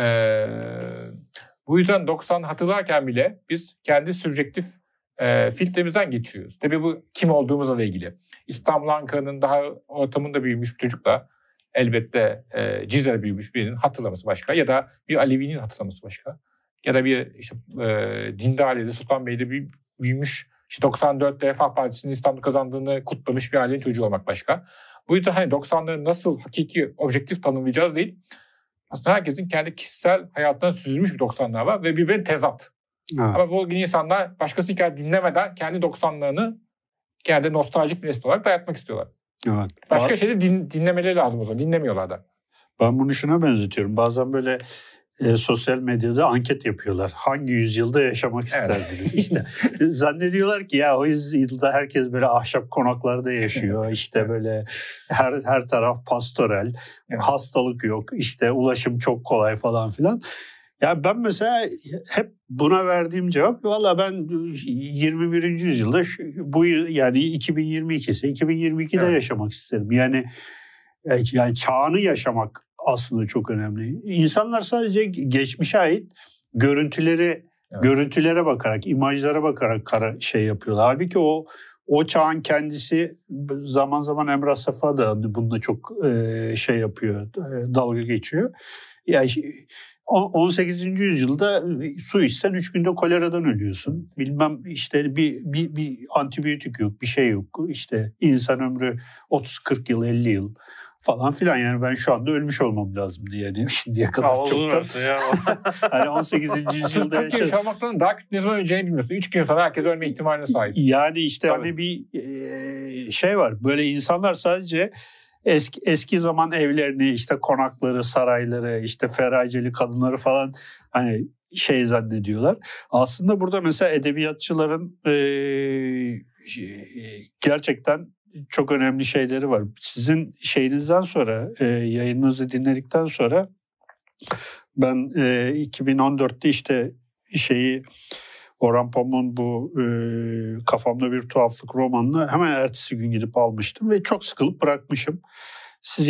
Bu yüzden 90 hatırlarken bile biz kendi subjektif filtremizden geçiyoruz. Tabii bu kim olduğumuzla da ilgili. İstanbul, Ankara'nın daha ortamında büyümüş bir çocukla elbette Cizre'de büyümüş birinin hatırlaması başka. Ya da bir Alevi'nin hatırlaması başka. Ya da bir işte dindar ailede Sultanbeyli'de büyümüş, işte 94'te Refah Partisi'nin İstanbul kazandığını kutlamış bir ailenin çocuğu olmak başka. Bu yüzden hani 90'ları nasıl hakiki, objektif tanımlayacağız değil. Aslında herkesin kendi kişisel hayatından süzülmüş bir 90'lar var ve birbirine tezat. Evet. Ama bugün insanlar başkası hikaye dinlemeden kendi 90'larını kendi nostaljik bir nesil olarak dayatmak istiyorlar. Evet. Başka şeyde dinlemeleri lazım o zaman. Dinlemiyorlar da. Ben bunu şuna benzetiyorum. Bazen böyle sosyal medyada anket yapıyorlar. Hangi yüzyılda yaşamak isterdiniz? Evet. İşte zannediyorlar ki ya o yüzyılda herkes böyle ahşap konaklarda yaşıyor. İşte böyle her taraf pastoral, evet. Hastalık yok, işte ulaşım çok kolay falan filan. Ya ben mesela hep buna verdiğim cevap valla ben 21. yüzyılda bu yani 2022'de evet. Yaşamak isterim. Yani çağını yaşamak aslında çok önemli. İnsanlar sadece geçmişe ait görüntülere bakarak, imajlara bakarak yapıyorlar. Halbuki o çağın kendisi zaman zaman Emrah Safa da bununla çok yapıyor, dalga geçiyor. Yani 18. yüzyılda su içsen 3 günde koleradan ölüyorsun. Bilmem işte bir antibiyotik yok, bir şey yok. İşte insan ömrü 30-40 yıl, 50 yıl falan filan. Yani ben şu anda ölmüş olmam lazımdı yani şimdiye kadar çoktan. Hani 18. yüzyılda yaşamaktan daha kötü ne zaman öleceğini bilmiyorsun. 3 gün sonra herkes ölme ihtimaline sahip. Yani işte tabii. Hani bir şey var. Böyle insanlar sadece eski zaman evlerini, işte konakları, sarayları, işte feraceli kadınları falan hani zannediyorlar. Aslında burada mesela edebiyatçıların gerçekten çok önemli şeyleri var. Sizin şeyinizden sonra, yayınınızı dinledikten sonra ben 2014'te işte Orhan Pamuk'un bu Kafamda Bir Tuhaflık romanını hemen ertesi gün gidip almıştım ve çok sıkılıp bırakmışım. Siz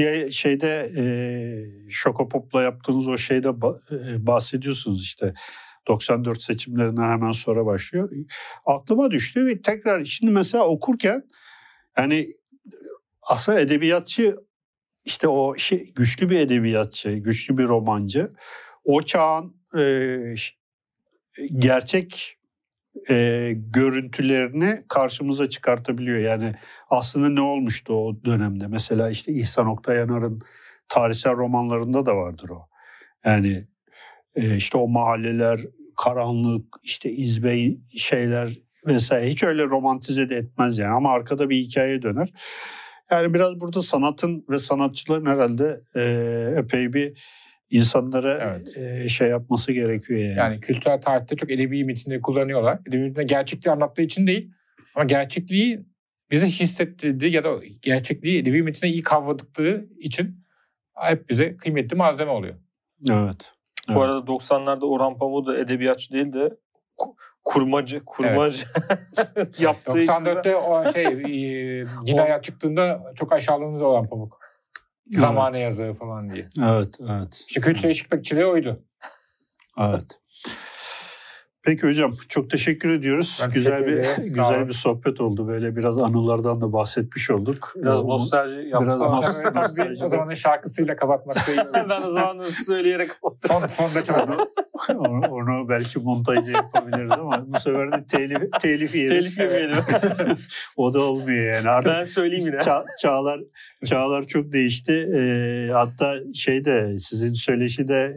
Şokopop'la yaptığınız o bahsediyorsunuz işte 94 seçimlerinden hemen sonra başlıyor. Aklıma düştü ve tekrar şimdi mesela okurken hani aslında edebiyatçı işte o güçlü bir edebiyatçı, güçlü bir romancı o çağın gerçek görüntülerini karşımıza çıkartabiliyor. Yani aslında ne olmuştu o dönemde? Mesela işte İhsan Oktayanar'ın tarihsel romanlarında da vardır o. Yani işte o mahalleler, karanlık, işte izbe şeyler vesaire hiç öyle romantize de etmez yani ama arkada bir hikaye döner. Yani biraz burada sanatın ve sanatçıların herhalde epey bir insanlara evet. Yapması gerekiyor yani. Yani kültürel tarihte çok edebi metinleri kullanıyorlar. Edebi metinler gerçekliği anlattığı için değil ama gerçekliği bize hissettirdiği ya da gerçekliği edebi metinde iyi kavradıkları için hep bize kıymetli malzeme oluyor. Evet. Bu arada 90'larda Orhan Pamuk da edebiyatçı değil de kurmacı evet. Yaptığı 94'te o Cinayet çıktığında çok aşağılanırdı Orhan Pamuk. Evet. Zamane yazarı falan diye. Evet. İşte kültür eşitlikçiliği oydu. Evet. Peki hocam çok teşekkür ediyoruz. Güzel bir sohbet oldu. Böyle biraz anılardan da bahsetmiş olduk. Biraz nostalji yaptık. O zamanın şarkısıyla kapatmak değil. Ben o zaman söyleyerek fonda çaldım. Onu belki montajda yapabiliriz ama bu sefer de telif yeriz. O da olmuyor yani. Artık ben söyleyeyim yine. Çağlar çok değişti. Hatta sizin söyleşi de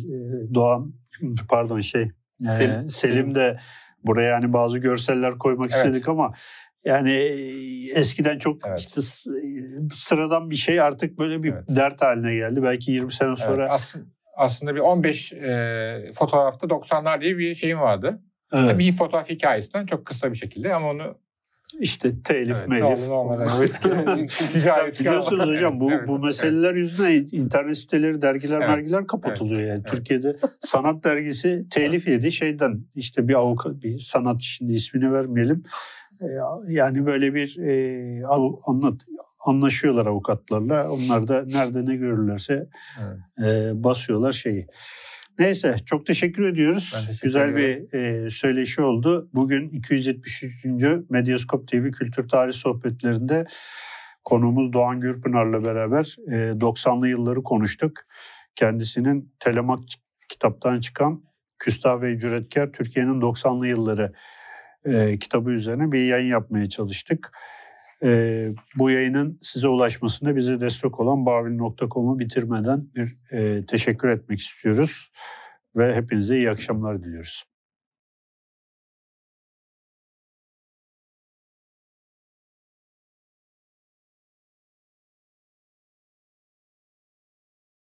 Selim de buraya yani bazı görseller koymak istedik ama yani eskiden çok işte sıradan bir şey artık böyle bir dert haline geldi. Belki 20 sene sonra. Aslında bir 15 fotoğrafta 90'lar diye bir şeyim vardı. Evet. Bir fotoğraf hikayesinden çok kısa bir şekilde ama onu İşte telif, evet, melif. Biliyorsunuz hocam bu meseleler yüzünden internet siteleri, dergiler, mergiler kapatılıyor yani. Evet. Türkiye'de sanat dergisi telif yedi şeyden, işte bir avukat, bir sanatçı, şimdi ismini vermeyelim. Yani böyle bir anlaşıyorlar avukatlarla. Onlar da nerede ne görürlerse basıyorlar şeyi. Neyse, çok teşekkür ediyoruz. Güzel bir söyleşi oldu. Bugün 273. Medyaskop TV Kültür Tarih Sohbetlerinde konuğumuz Doğan Gürpınar'la beraber 90'lı yılları konuştuk. Kendisinin Telemak kitaptan çıkan Küstah ve Cüretkar Türkiye'nin 90'lı yılları kitabı üzerine bir yayın yapmaya çalıştık. Bu yayının size ulaşmasında bize destek olan bavil.com'u bitirmeden bir teşekkür etmek istiyoruz ve hepinize iyi akşamlar diliyoruz.